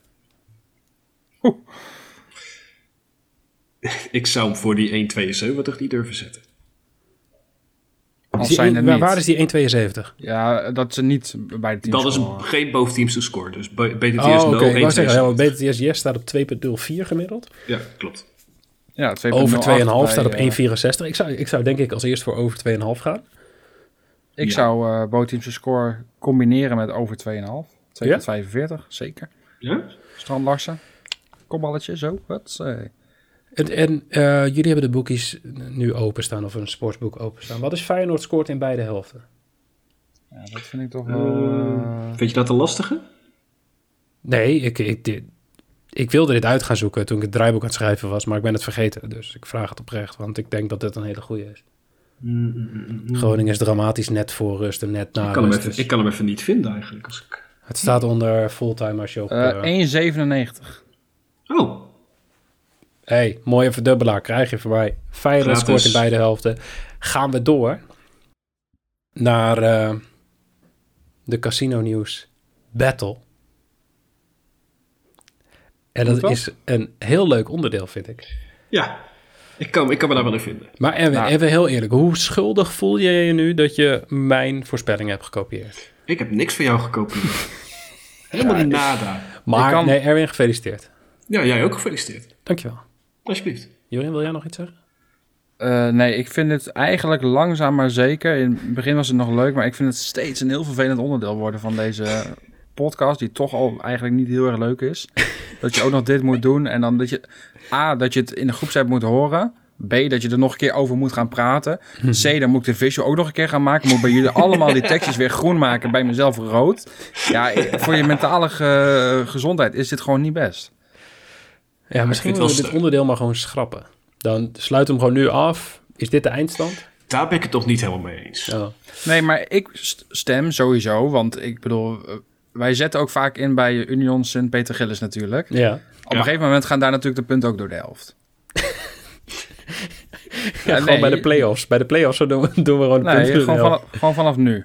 Ik zou hem voor die 1,72 niet durven zetten. Als Die zijn er waar, niet. waar is die 1,72? Ja, dat ze niet bij de teams Dat is scoren. geen both teams to score. Dus BTTS Oh, oké. 0, Ik wou zeggen, ja, want 1,72. BTTS Yes staat op 2,04 gemiddeld. Ja, klopt. Ja, 2,08 Over 2,5 staat op bij, 1,64. Ik zou denk ik als eerst voor over 2,5 gaan. Ik Ja. zou both teams score combineren met over 2,5. 2,45, zeker. Ja? Strand Larsen. Kopballetje, zo. Wat? En jullie hebben de boekies nu openstaan of een sportsboek openstaan. Wat is Feyenoord scoort in beide helften? Ja, dat vind ik toch wel... Vind je dat een lastige? Nee, ik wilde dit uit gaan zoeken toen ik het draaiboek aan het schrijven was, maar ik ben het vergeten. Dus ik vraag het oprecht, want ik denk dat dit een hele goede is. Groningen is dramatisch net voor rust en net na rust. Dus Ik kan hem even niet vinden eigenlijk. Als ik... het staat onder fulltime als je op... 1,97. Oh, hey, mooie verdubbelaar krijg je voor mij. Feyenoord Gratis. scoort in beide helften. Gaan we door naar de Casino Nieuws Battle. En Goed dat wel. is een heel leuk onderdeel, vind ik. ja. Ik kan me daar wel in vinden. Maar Erwin, Nou. even heel eerlijk. Hoe schuldig voel je je nu dat je mijn voorspelling hebt gekopieerd? Ik heb niks van jou gekopieerd. Helemaal niet nada. Maar Je kan- nee, Erwin, gefeliciteerd. Ja, jij ook gefeliciteerd. Dankjewel. Alsjeblieft. Jorin, wil jij nog iets zeggen? Nee, ik vind het eigenlijk langzaam maar zeker. In het begin was het nog leuk, maar ik vind het steeds een heel vervelend onderdeel worden van deze podcast, die toch al eigenlijk niet heel erg leuk is. Dat je ook nog dit moet doen en dan dat je... A, dat je het in de groepsapp moet horen. B, dat je er nog een keer over moet gaan praten. C, dan moet ik de visual ook nog een keer gaan maken. Moet bij jullie allemaal die tekstjes weer groen maken, bij mezelf rood. Ja, voor je mentale gezondheid is dit gewoon niet best. Ja, misschien vind het moeten we wel dit onderdeel maar gewoon schrappen. Dan sluit hem gewoon nu af. Is dit de eindstand? Daar ben ik het toch niet helemaal mee eens. Ja. Nee, maar ik stem sowieso, want ik bedoel... wij zetten ook vaak in bij Union Sint-Peter-Gillis natuurlijk. Ja. Op een gegeven moment gaan daar natuurlijk de punten ook door de helft. Ja, gewoon bij de play-offs. Bij de play-offs doen we gewoon de Nee, punten. gewoon vanaf nu.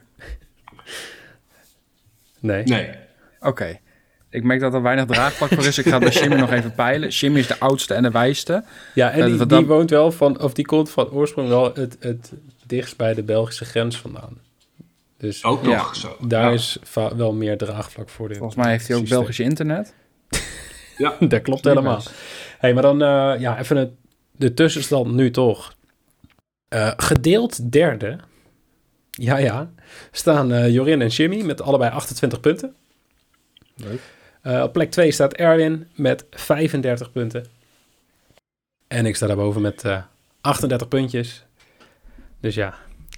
Nee. Nee. Oké. Ik merk dat er weinig draagvlak voor is. Ik ga bij Jimmy nog even peilen. Jimmy is de oudste en de wijste. Ja, en die, wat die dan- woont wel van... Of die komt van oorsprong wel het dichtst bij de Belgische grens vandaan. Dus Ook Ja. nog zo. daar Ja. is wel meer draagvlak voor dit. Volgens mij heeft hij ook systeem. Belgisch internet. Ja. Dat klopt helemaal. Hey, maar dan even de tussenstand nu toch. Gedeeld derde. Ja. Staan Jorin en Jimmy met allebei 28 punten. Leuk. Op plek 2 staat Erwin met 35 punten. En ik sta daarboven met 38 puntjes. Dus ja,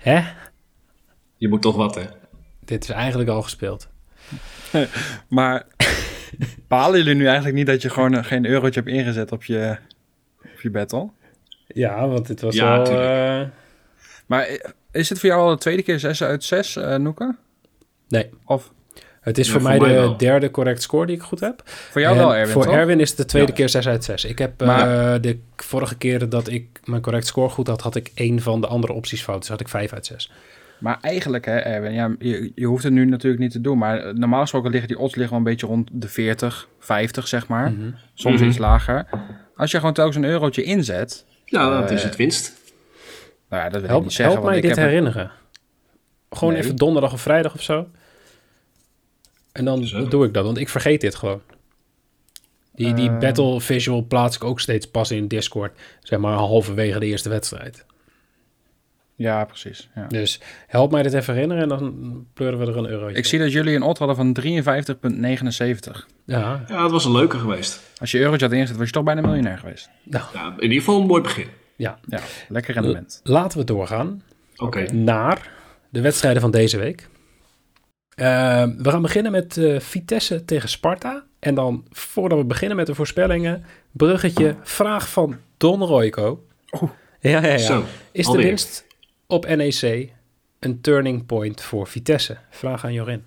Je moet toch wat, hè? dit is eigenlijk al gespeeld. Maar balen jullie nu eigenlijk niet dat je gewoon geen eurotje hebt ingezet op je battle? Ja, want dit was Ja, wel... tuurlijk. Maar is het voor jou al de tweede keer 6 uit 6, Noeke? Nee, Of het is Ja, voor voor mij mij de wel. derde correct score die ik goed heb. voor jou En wel, Erwin, voor toch? Erwin is het de tweede Ja. keer 6 uit 6. Ik heb Maar- de vorige keren dat ik mijn correct score goed had, had ik 1 van de andere opties fout. Dus had ik 5 uit 6. Maar eigenlijk, hè, Erwin, ja, je hoeft het nu natuurlijk niet te doen. Maar normaal gesproken liggen die odds wel een beetje rond de 40, 50, zeg maar. Mhm. Soms Mhm. iets lager. Als je gewoon telkens een eurotje inzet... Ja, dat is het winst. Nou ja, dat wil ik Help, niet zeggen. help mij want ik dit heb herinneren. Gewoon Nee. even donderdag of vrijdag of zo. En dan Zo. doe ik dat, want ik vergeet dit gewoon. Die battle visual plaats ik ook steeds pas in Discord. Zeg maar halverwege de eerste wedstrijd. Ja, precies. Ja. Dus help mij dit even herinneren en dan pleuren we er een eurotje. Ik zie dat jullie een odd hadden van 53,79. Ja, Ja, het was een leuke geweest. Als je eurotje had ingezet, was je toch bijna miljonair geweest. nou, Ja, in ieder geval een mooi begin. ja. Ja, lekker rendement. Laten we doorgaan Oké. naar de wedstrijden van deze week. We gaan beginnen met Vitesse tegen Sparta. En dan, voordat we beginnen met de voorspellingen, bruggetje, vraag van Don Royco. Oeh. Ja. Zo, Is de alweer. winst op NEC een turning point voor Vitesse? Vraag aan Jorin.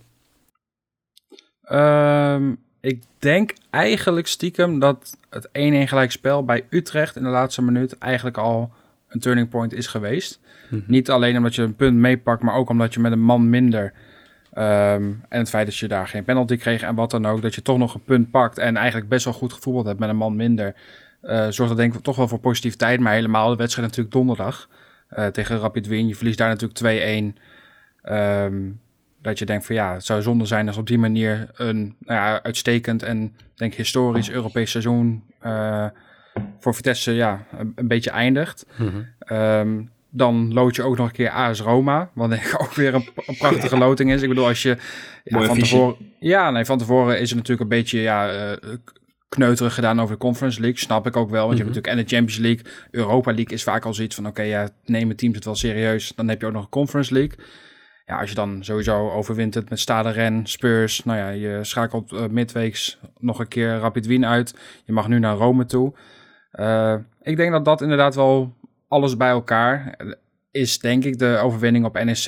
Ik denk eigenlijk stiekem dat het 1-1 gelijkspel bij Utrecht in de laatste minuut eigenlijk al een turning point is geweest. Mm-hmm. Niet alleen omdat je een punt meepakt, maar ook omdat je met een man minder... en het feit dat je daar geen penalty kreeg en wat dan ook, dat je toch nog een punt pakt en eigenlijk best wel goed gevoetbald hebt met een man minder, zorgt dat denk ik toch wel voor positiviteit, maar helemaal de wedstrijd natuurlijk donderdag tegen Rapid Wien. Je verliest daar natuurlijk 2-1. Dat je denkt van ja, het zou zonde zijn als op die manier een uitstekend en denk historisch Europees seizoen voor Vitesse een beetje eindigt. Mm-hmm. Dan lood je ook nog een keer AS Roma, wat denk ik ook weer een prachtige loting is. Ik bedoel, als je van tevoren... van tevoren is het natuurlijk een beetje kneuterig gedaan over de Conference League. Snap ik ook wel, want je hebt natuurlijk en de Champions League. Europa League is vaak al zoiets van nemen teams het wel serieus. Dan heb je ook nog een Conference League. Ja, als je dan sowieso overwint het met Stade Rennes, Spurs. Je schakelt midweeks nog een keer Rapid Wien uit. Je mag nu naar Rome toe. Ik denk dat inderdaad wel... Alles bij elkaar is denk ik de overwinning op NEC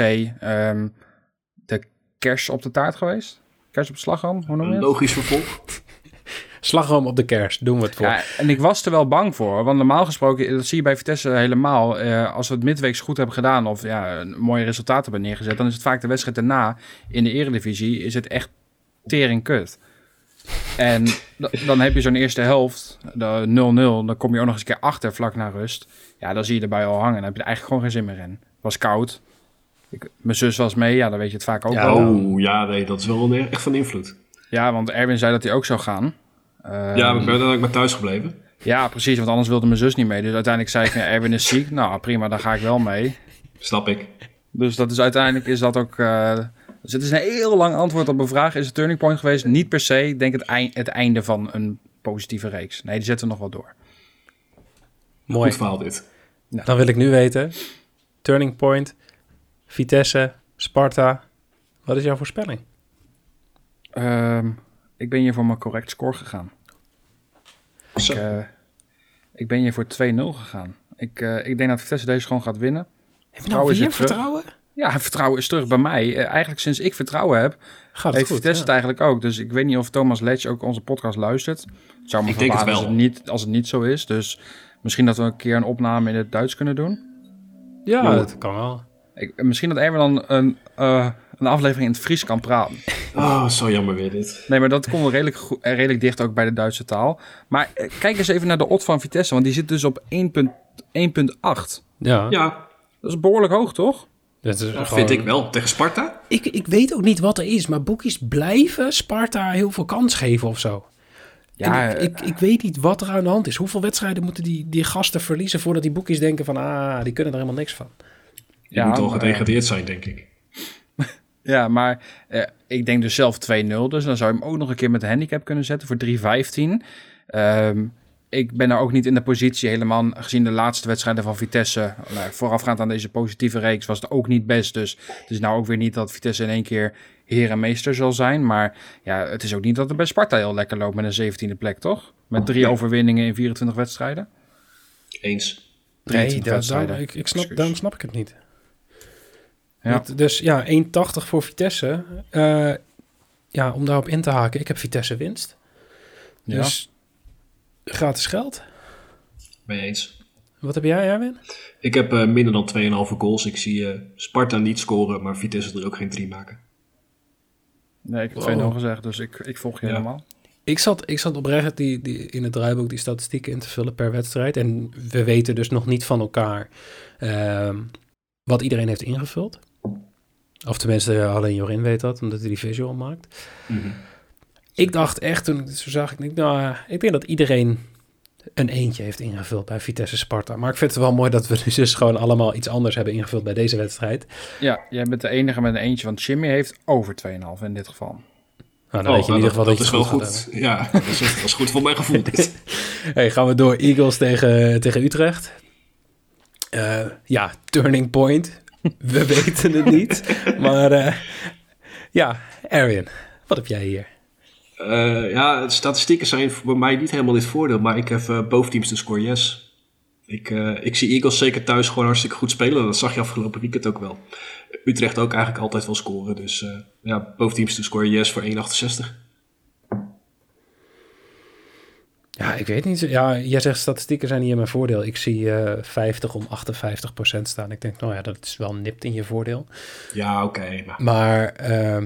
de kers op de taart geweest. Kers op de slagroom, hoe noem je het? Logisch vervolg. Slagroom op de kers, doen we het voor. Ja, en ik was er wel bang voor, want normaal gesproken, dat zie je bij Vitesse helemaal. Als we het midweeks goed hebben gedaan of een mooie resultaten hebben neergezet, dan is het vaak de wedstrijd daarna in de Eredivisie is het echt tering kut. En dan heb je zo'n eerste helft, de 0-0, dan kom je ook nog eens een keer achter vlak na rust. Ja, dan zie je erbij al hangen. Dan heb je er eigenlijk gewoon geen zin meer in. Het was koud. Mijn zus was mee, dan weet je het vaak ook wel. Dat is wel echt van invloed. Ja, want Erwin zei dat hij ook zou gaan. Maar ik ben dan ook maar thuis gebleven. Ja, precies, want anders wilde mijn zus niet mee. Dus uiteindelijk zei ik, Erwin is ziek. Nou, prima, dan ga ik wel mee. Snap ik. Dus dat is uiteindelijk is dat ook... Dus het is een heel lang antwoord op een vraag. Is het turning point geweest? Niet per se. Ik denk het einde van een positieve reeks. Nee, die zetten we nog wel door. Mooi. Goed verhaal dit. Ja. Dan wil ik nu weten. Turning point. Vitesse. Sparta. Wat is jouw voorspelling? Ik ben hier voor mijn correct score gegaan. Ik ben hier voor 2-0 gegaan. Ik denk dat Vitesse deze gewoon gaat winnen. Heb je nou weer vertrouwen? Ja, vertrouwen is terug bij mij. Eigenlijk sinds ik vertrouwen heb, heeft Vitesse het eigenlijk ook. Dus ik weet niet of Thomas Letch ook onze podcast luistert. Het zou me verbazen als het niet zo is. Dus misschien dat we een keer een opname in het Duits kunnen doen. Ja, dat kan wel. Misschien dat Erwin dan een aflevering in het Fries kan praten. Oh, zo jammer weer dit. Nee, maar dat komt wel redelijk dicht ook bij de Duitse taal. Maar kijk eens even naar de odd van Vitesse, want die zit dus op 1,8. Ja. Dat is behoorlijk hoog, toch? Dat vind ik wel. Tegen Sparta? Ik weet ook niet wat er is, maar boekjes blijven Sparta heel veel kans geven of zo. Ja, ik weet niet wat er aan de hand is. Hoeveel wedstrijden moeten die gasten verliezen voordat die boekjes denken van, die kunnen er helemaal niks van. Die moeten al gedegradeerd zijn, denk ik. Ja, maar ik denk dus zelf 2-0. Dus dan zou je hem ook nog een keer met de handicap kunnen zetten voor 3,15. Ik ben er ook niet in de positie, helemaal gezien de laatste wedstrijden van Vitesse. Voorafgaand aan deze positieve reeks was het ook niet best. Dus het is nou ook weer niet dat Vitesse in één keer heer en meester zal zijn. Maar ja, het is ook niet dat het bij Sparta heel lekker loopt met een 17e plek, toch? Met 3 overwinningen in 24 wedstrijden. Eens. Nee, daarom snap ik het niet. Ja. Dus 1,80 voor Vitesse. Om daarop in te haken, ik heb Vitesse winst. Dus gratis geld. Ben je eens? Wat heb jij, Erwin? Ik heb minder dan 2,5 goals. Ik zie Sparta niet scoren, maar Vitesse er ook geen 3 maken. Nee, ik heb 2-0 gezegd, dus ik volg je helemaal. Ik zat oprecht die in het draaiboek die statistieken in te vullen per wedstrijd. En we weten dus nog niet van elkaar wat iedereen heeft ingevuld. Of tenminste, alleen Jorin weet dat, omdat hij die visual maakt. Mm-hmm. Ik dacht echt, toen zo zag ik niet, ik denk dat iedereen een eentje heeft ingevuld bij Vitesse Sparta. Maar ik vind het wel mooi dat we dus gewoon allemaal iets anders hebben ingevuld bij deze wedstrijd. Ja, jij bent de enige met een eentje, want Jimmy heeft over 2,5 in dit geval. Nou, dan weet je in ieder geval dat je het wel goed. Ja, dat is goed voor mijn gevoel. Hey, gaan we door Eagles tegen Utrecht. Turning point. We weten het niet. Maar Erwin, wat heb jij hier? De statistieken zijn voor mij niet helemaal dit voordeel, maar ik heb boventeams de score yes. Ik zie Eagles zeker thuis gewoon hartstikke goed spelen. Dat zag je afgelopen weekend ook wel. Utrecht ook eigenlijk altijd wel scoren. Dus both teams to score yes voor 1,68. Ja, ik weet niet. Ja, jij zegt statistieken zijn niet in mijn voordeel. Ik zie 50 om 58% staan. Ik denk, nou ja, dat is wel nipt in je voordeel. Ja, oké. Maar,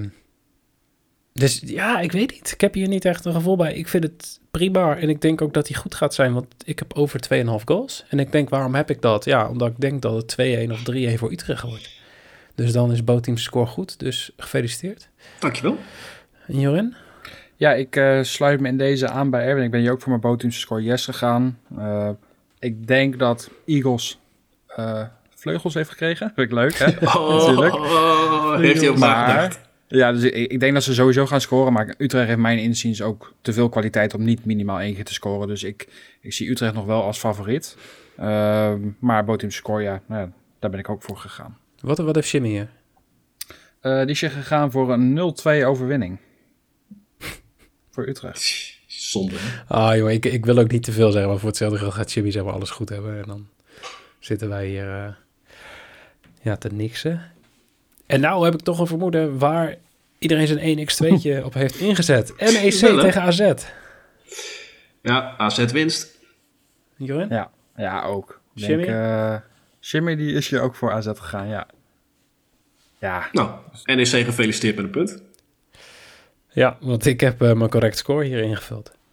dus ja, ik weet niet. Ik heb hier niet echt een gevoel bij. Ik vind het prima en ik denk ook dat hij goed gaat zijn, want ik heb over 2,5 goals. En ik denk, waarom heb ik dat? Ja, omdat ik denk dat het 2-1 of 3-1 voor Utrecht wordt. Dus dan is both teams score goed. Dus gefeliciteerd. Dankjewel. En Jorin? Ja, ik sluit me in deze aan bij Erwin. Ik ben hier ook voor mijn both teams score yes gegaan. Ik denk dat Eagles vleugels heeft gekregen. Vind ik leuk, hè? Natuurlijk. Heeft hij ook nagedacht. Ja, dus ik denk dat ze sowieso gaan scoren. Maar Utrecht heeft mijn inziens ook te veel kwaliteit om niet minimaal 1 keer te scoren. Dus ik zie Utrecht nog wel als favoriet. Maar both teams score, ja, daar ben ik ook voor gegaan. Wat heeft Jimmy hier? Die is gegaan voor een 0-2 overwinning. Voor Utrecht. Zonde. Ah joh, ik wil ook niet te veel zeggen, maar voor hetzelfde geld gaat Jimmy zeg maar alles goed hebben. En dan zitten wij hier te niksen. En nou heb ik toch een vermoeden waar iedereen zijn 1x2'tje op heeft ingezet. NEC tegen AZ. Ja, AZ winst. Jorin? Ja, ook. Jimmy? Jimmy die is hier ook voor AZ gegaan, ja. Ja. Nou, NEC gefeliciteerd met een punt. Ja, want ik heb mijn correct score hier ingevuld. 0-3.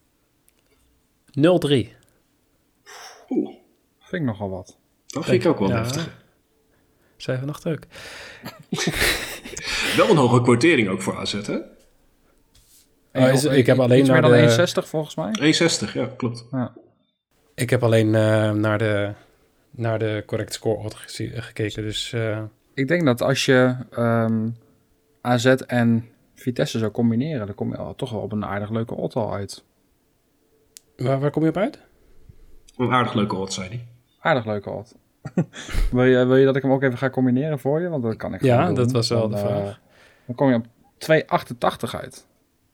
Oeh. Vind ik nogal wat. Dat vind ik ook wel heftig. Zijn we nog druk. Wel een hoge quotering ook voor AZ, hè? Ik heb alleen iets meer naar dan de 1,60 volgens mij. 1,60, ja, klopt. Ja. Ik heb alleen naar de correct score gekeken, dus... Ik denk dat als je AZ en Vitesse zou combineren, dan kom je toch wel op een aardig leuke odd al uit. Waar kom je op uit? Een aardig leuke odd, zei hij. Aardig leuke odd. wil je dat ik hem ook even ga combineren voor je? Want dat kan ik gewoon doen. Dat was wel de vraag. Dan kom je op 2,88 uit.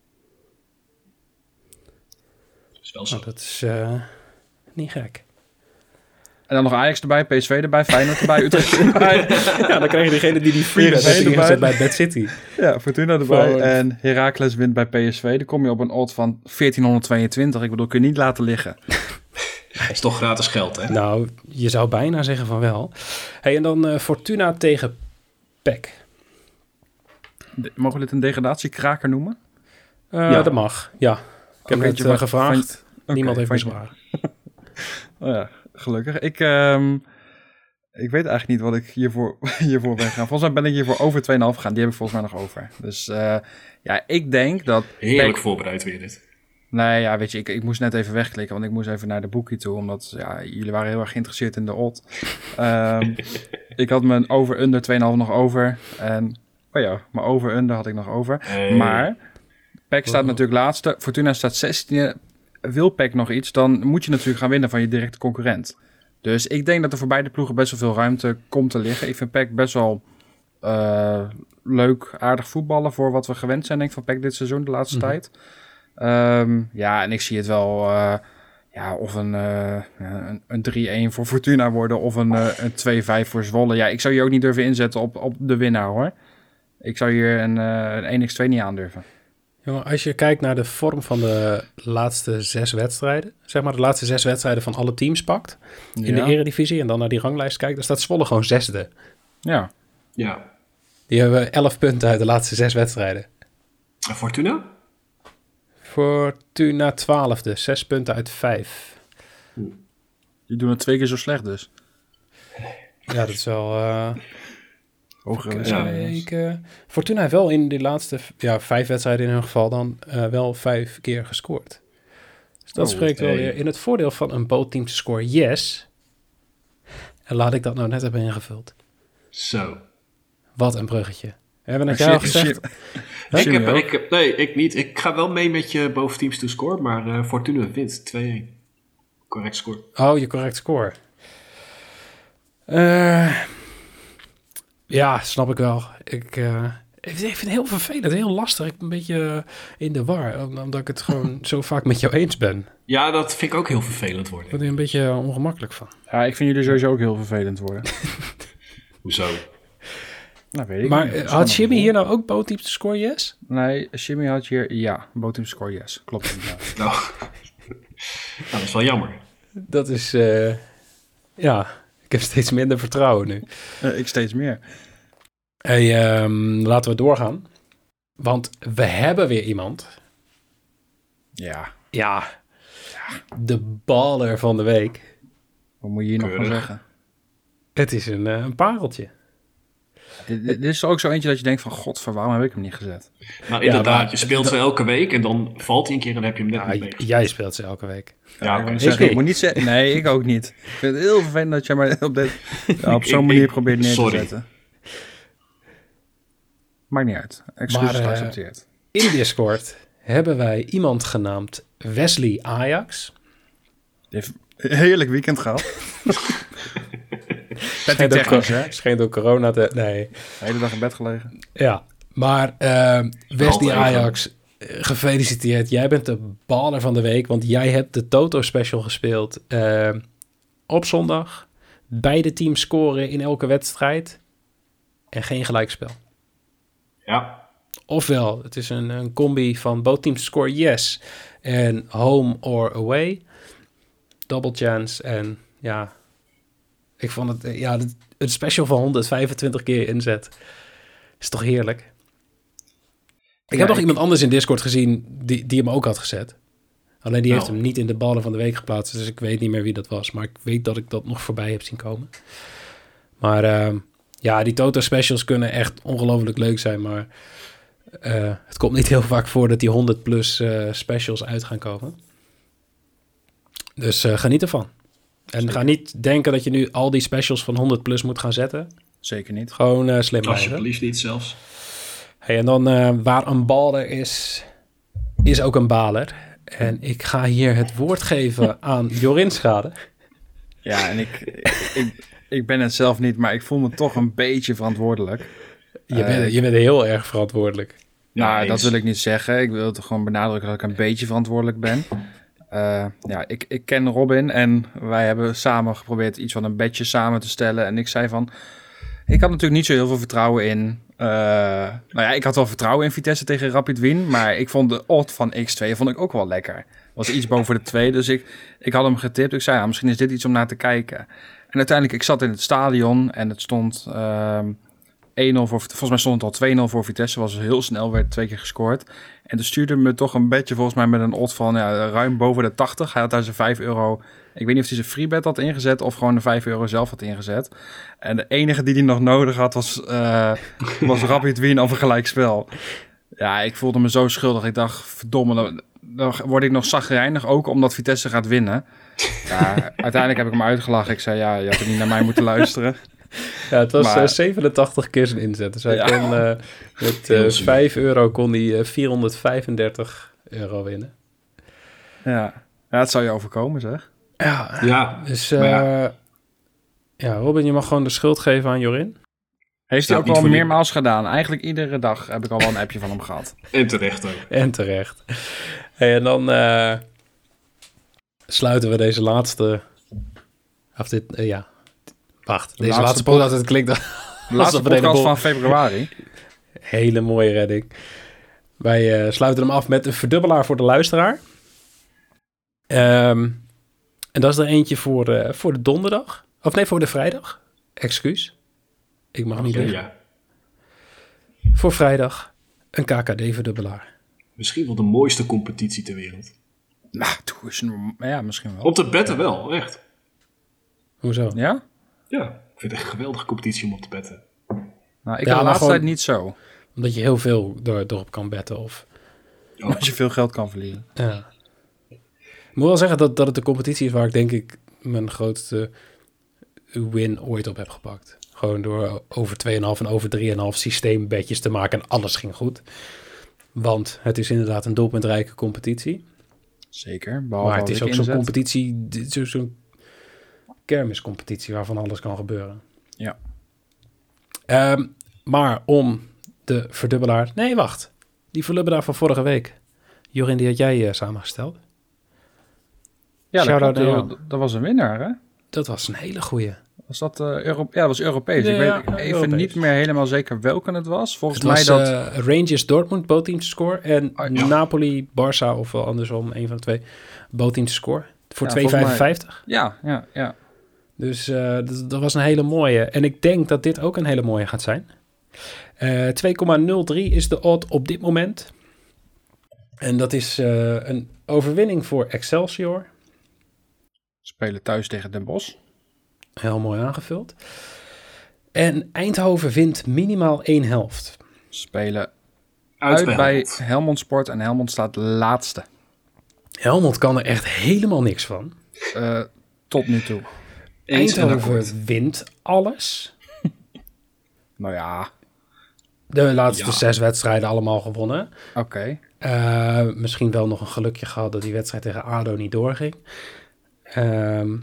Dat is wel zo. Dat is niet gek. En dan nog Ajax erbij, PSV erbij, Feyenoord erbij, Utrecht erbij. Ja, dan krijg je degene die free bet heeft ingezet bij Bad City. Ja, Fortuna erbij. En Heracles wint bij PSV. Dan kom je op een odd van 1422. Ik bedoel, kun je niet laten liggen. Dat is toch gratis geld, hè? Nou, je zou bijna zeggen van wel. Hey, en dan Fortuna tegen PEC. Mogen we dit een degradatiekraker noemen? Ja. Dat mag, ja. Ik heb Oké, het gevraagd. Niemand heeft van bezwaar. Oh ja, gelukkig. Ik weet eigenlijk niet wat ik hiervoor ben gaan. Volgens mij ben ik hiervoor over 2,5 gegaan. Die heb ik volgens mij nog over. Dus ja, ik denk dat... Heerlijk voorbereid weer dit. Nee, ja, weet je, ik moest net even wegklikken, want ik moest even naar de boekie toe, omdat jullie waren heel erg geïnteresseerd in de odd. Ik had mijn over-under 2,5 nog over. En, mijn over-under had ik nog over. Hey. Maar, PEC staat natuurlijk laatste, Fortuna staat 16e. Wil PEC nog iets, dan moet je natuurlijk gaan winnen van je directe concurrent. Dus ik denk dat er voor beide ploegen best wel veel ruimte komt te liggen. Ik vind PEC best wel leuk, aardig voetballen voor wat we gewend zijn, denk ik, van PEC dit seizoen, de laatste tijd. Ja, en ik zie het wel of een 3-1 voor Fortuna worden of een 2-5 voor Zwolle. Ja, ik zou je ook niet durven inzetten op de winnaar, hoor. Ik zou hier een 1x2 niet aandurven. Jongen, als je kijkt naar de vorm van de laatste 6 wedstrijden, zeg maar de laatste 6 wedstrijden van alle teams pakt in de Eredivisie en dan naar die ranglijst kijkt, dan staat Zwolle gewoon 6e. Ja. Ja. Die hebben 11 punten uit de laatste 6 wedstrijden. En Fortuna? Fortuna 12e, 6 punten uit 5. Die doen het 2 keer zo slecht dus. Ja, dat is wel... Hogere Fortuna heeft wel in de laatste 5 wedstrijden in hun geval dan wel 5 keer gescoord. Dus dat spreekt wel weer in het voordeel van een both team te score yes. En laat ik dat nou net hebben ingevuld. Zo. Wat een bruggetje. Hebben we het al gezegd? Ik niet. Ik ga wel mee met je boven teams to score, maar Fortuna wint 2-1. Correct score. Oh, je correct score. Ja, snap ik wel. Ik vind het heel vervelend, heel lastig. Ik ben een beetje in de war, omdat ik het gewoon zo vaak met jou eens ben. Ja, dat vind ik ook heel vervelend Ik worden. word er een beetje ongemakkelijk van. Ja, ik vind jullie sowieso ook heel vervelend worden. Hoezo? Nou, weet ik Maar niet. had Jimmy hier nou ook bootteam te score yes? Nee, Jimmy had hier, ja, bootteam score yes. Klopt inderdaad. Nou, dat is wel jammer. Dat is, ja, ik heb steeds minder vertrouwen nu. Ik steeds meer. Hey, laten we doorgaan. Want we hebben weer iemand. Ja, Ja, de baller van de week. wat moet je hier nog van Keurig. zeggen? Het is een pareltje. Dit is ook zo eentje dat je denkt van, godver, waarom heb ik hem niet gezet? Nou, inderdaad. maar- Je speelt ze elke week en dan valt hij een keer en dan heb je hem net Ja, niet mee. jij speelt ze elke week. Ja, ik oké. wou zeggen, Ik ik moet niet zeggen. Nee, ik ook niet. Ik vind het heel vervelend dat jij maar op zo'n Ik- manier probeert neer te sorry. zetten. Maakt niet uit. Excuses Maar, geaccepteerd. In Discord hebben wij iemand genaamd Wesley Ajax. Die heeft een heerlijk weekend gehad. Met die technisch, hè? Schijnt door corona te... Nee. De hele dag in bed gelegen. Ja, maar Wesley Altijd Ajax, gefeliciteerd. Jij bent de baller van de week, want jij hebt de Toto Special gespeeld op zondag. Beide teams scoren in elke wedstrijd en geen gelijkspel. Ja, Ofwel, het is een combi van both teams score yes en home or away. Double chance en ja, ik vond het, het special van 125 keer inzet is toch heerlijk. Ik heb nog iemand anders in Discord gezien die hem ook had gezet. Alleen die heeft hem niet in de ballen van de week geplaatst, dus ik weet niet meer wie dat was. Maar ik weet dat ik dat nog voorbij heb zien komen. Maar ja, die Toto specials kunnen echt ongelooflijk leuk zijn, maar het komt niet heel vaak voor dat die 100 plus specials uit gaan komen. Dus geniet ervan. En Zeker. ga niet denken dat je nu al die specials van 100 plus moet gaan zetten. Zeker niet. Gewoon slim blijven. alsjeblieft niet zelfs. Hey, en dan waar een baler is ook een baler. En ik ga hier het woord geven aan Jorin Schade. Ja, en ik ben het zelf niet, maar ik voel me toch een beetje verantwoordelijk. Je bent heel erg verantwoordelijk. Nou, eens. dat wil ik niet zeggen. Ik wil het gewoon benadrukken dat ik een beetje verantwoordelijk ben. Ja, ik ken Robin en wij hebben samen geprobeerd iets van een bedje samen te stellen. En ik zei van, ik had natuurlijk niet zo heel veel vertrouwen in. Nou ja, ik had wel vertrouwen in Vitesse tegen Rapid Wien, maar ik vond de odd van X2 vond ik ook wel lekker. Was iets boven de 2, dus ik had hem getipt. Ik zei, ja, misschien is dit iets om naar te kijken. En uiteindelijk, ik zat in het stadion en het stond 1-0 voor, volgens mij stond het al 2-0 voor Vitesse, was heel snel, werd 2 keer gescoord. En toen stuurde me toch een bedje volgens mij met een odd van ruim boven de 80. Hij had daar zijn €5. Ik weet niet of hij zijn freebet had ingezet of gewoon de €5 zelf had ingezet. En de enige die hij nog nodig had was Rapid Wien of een gelijkspel. Ja, ik voelde me zo schuldig. Ik dacht, verdomme, dan word ik nog chagrijnig ook omdat Vitesse gaat winnen. Ja, uiteindelijk heb ik hem uitgelachen. Ik zei, ja, je had er niet naar mij moeten luisteren. Ja, het was Maar- 87 keer zijn inzet. Dus hij Ja. kon met Heel zuur. €5 kon hij €435 winnen. Ja, het zou je overkomen, zeg. Ja, Ja, dus maar ja, Robin, je mag gewoon de schuld geven aan Jorin. Heeft hij Ja, ook niet wel voor die- meermaals gedaan. Eigenlijk iedere dag heb ik al wel een appje van hem gehad. en terecht ook. En terecht. Hey, en dan sluiten we deze laatste... Of dit, ja. Wacht, deze laatste podcast, het klinkt De laatste alsof we podcast een van februari. hele mooie redding. Wij sluiten hem af met een verdubbelaar voor de luisteraar. En dat is er eentje voor de donderdag. Of nee, voor de vrijdag. Excuus. Ik mag niet weg. Ja. Voor vrijdag een KKD-verdubbelaar. Misschien wel de mooiste competitie ter wereld. Nou, doe eens. Ja, misschien wel. Om te betten wel, echt. Hoezo? Ja? Ja, ik vind het echt een geweldige competitie om op te betten. Nou, ik Ja, heb de maar laatste gewoon- tijd niet zo. Omdat je heel veel erop kan betten. Of, Als je veel geld kan verliezen. ja. Ik moet wel zeggen dat het de competitie is waar ik denk ik mijn grootste win ooit op heb gepakt. Gewoon door over 2,5 en over 3,5 systeembedjes te maken en alles ging goed. Want het is inderdaad een doelpuntrijke competitie. Zeker. Behalve Maar het als is ik ook zo'n inzet. competitie, zo'n kermiscompetitie waarvan alles kan gebeuren. Ja. Maar om de verdubbelaar. Nee, wacht. Die verdubbelaar van vorige week. Jorin, die had jij samengesteld. Ja, Shout-out naar jou. dat was een winnaar, hè? Dat was een hele goeie. Was dat dat was Europees. Ja, Ik weet even Europees. niet meer helemaal zeker welke het was. Volgens Het mij was dat... Rangers Dortmund, bootteam te score. En ja. Napoli, Barça, of wel andersom, een van de twee, bootteam te score. Voor Ja, volgens 2,55. Ja. Dus dat was een hele mooie. En ik denk dat dit ook een hele mooie gaat zijn. 2,03 is de odd op dit moment. En dat is een overwinning voor Excelsior. Spelen thuis tegen Den Bosch. Heel mooi aangevuld. En Eindhoven wint minimaal 1 helft. Spelen uit bij Helmond. Helmond Sport en Helmond staat laatste. Helmond kan er echt helemaal niks van. Tot nu toe. Eens en akkoord. Eindhoven wint alles. Nou ja, De laatste Ja. 6 wedstrijden allemaal gewonnen. oké. Misschien wel nog een gelukje gehad dat die wedstrijd tegen ADO niet doorging. Dat zou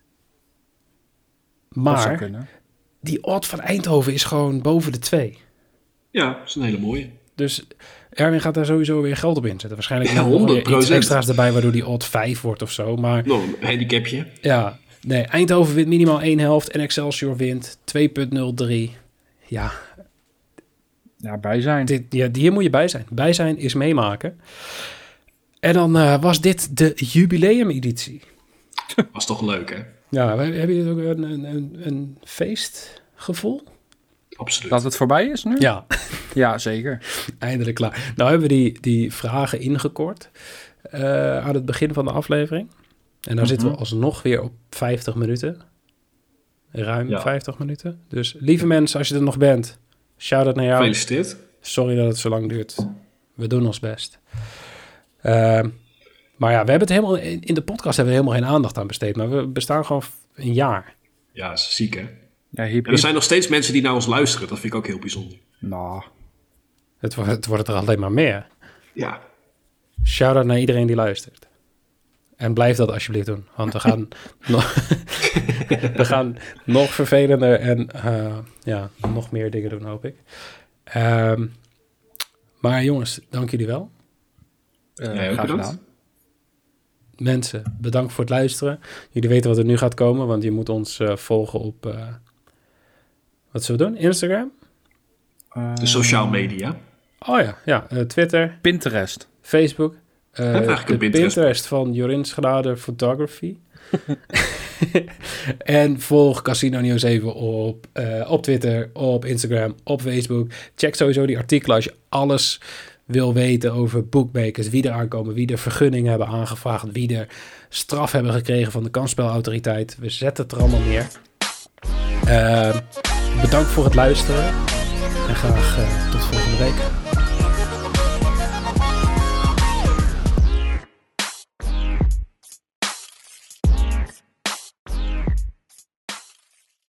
Maar kunnen. die odd van Eindhoven is gewoon boven de 2. Ja, dat is een hele mooie. Dus Erwin gaat daar sowieso weer geld op inzetten. Waarschijnlijk Ja, nog weer iets 100%. extra's erbij, waardoor die odd 5 wordt of zo. Maar Nog een handicapje. ja, nee, Eindhoven wint minimaal 1 helft en Excelsior wint 2,03. Ja, Ja, bij zijn. hier moet je bij zijn. Bij zijn is meemaken. En dan was dit de jubileumeditie. Was toch leuk, hè? Ja, hebben jullie ook een feestgevoel? Absoluut. Dat het voorbij is nu? Ja, Ja, zeker. eindelijk klaar. Nou hebben we die vragen ingekort aan het begin van de aflevering. En dan zitten we alsnog weer op 50 minuten. Ruim Ja. 50 minuten. Dus lieve mensen, als je er nog bent, shout-out naar jou. Gefeliciteerd. Sorry dat het zo lang duurt. We doen ons best. Maar ja, we hebben het helemaal in de podcast hebben we helemaal geen aandacht aan besteed. Maar we bestaan gewoon een jaar. Ja, dat is ziek, hè? Ja, hiep, En er zijn nog steeds mensen die naar ons luisteren. Dat vind ik ook heel bijzonder. Nou, Het wordt er alleen maar meer. Ja. Shout-out naar iedereen die luistert. En blijf dat alsjeblieft doen. Want we gaan, we gaan nog vervelender en nog meer dingen doen, hoop ik. Maar jongens, dank jullie wel. Jij ook graag bedankt. gedaan. Mensen, bedankt voor het luisteren. Jullie weten wat er nu gaat komen, want je moet ons volgen op... wat zullen we doen? Instagram? De sociaal media. Oh ja, Twitter, Pinterest. Facebook. eigenlijk De een Pinterest. Pinterest van Jorin's Genade Photography. En volg Casino Nieuws even op Twitter, op Instagram, op Facebook. Check sowieso die artikelen als je alles wil weten over bookmakers. Wie er aankomen, wie er vergunningen hebben aangevraagd, wie er straf hebben gekregen van de kansspelautoriteit. We zetten het er allemaal neer. Bedankt voor het luisteren en graag tot volgende week.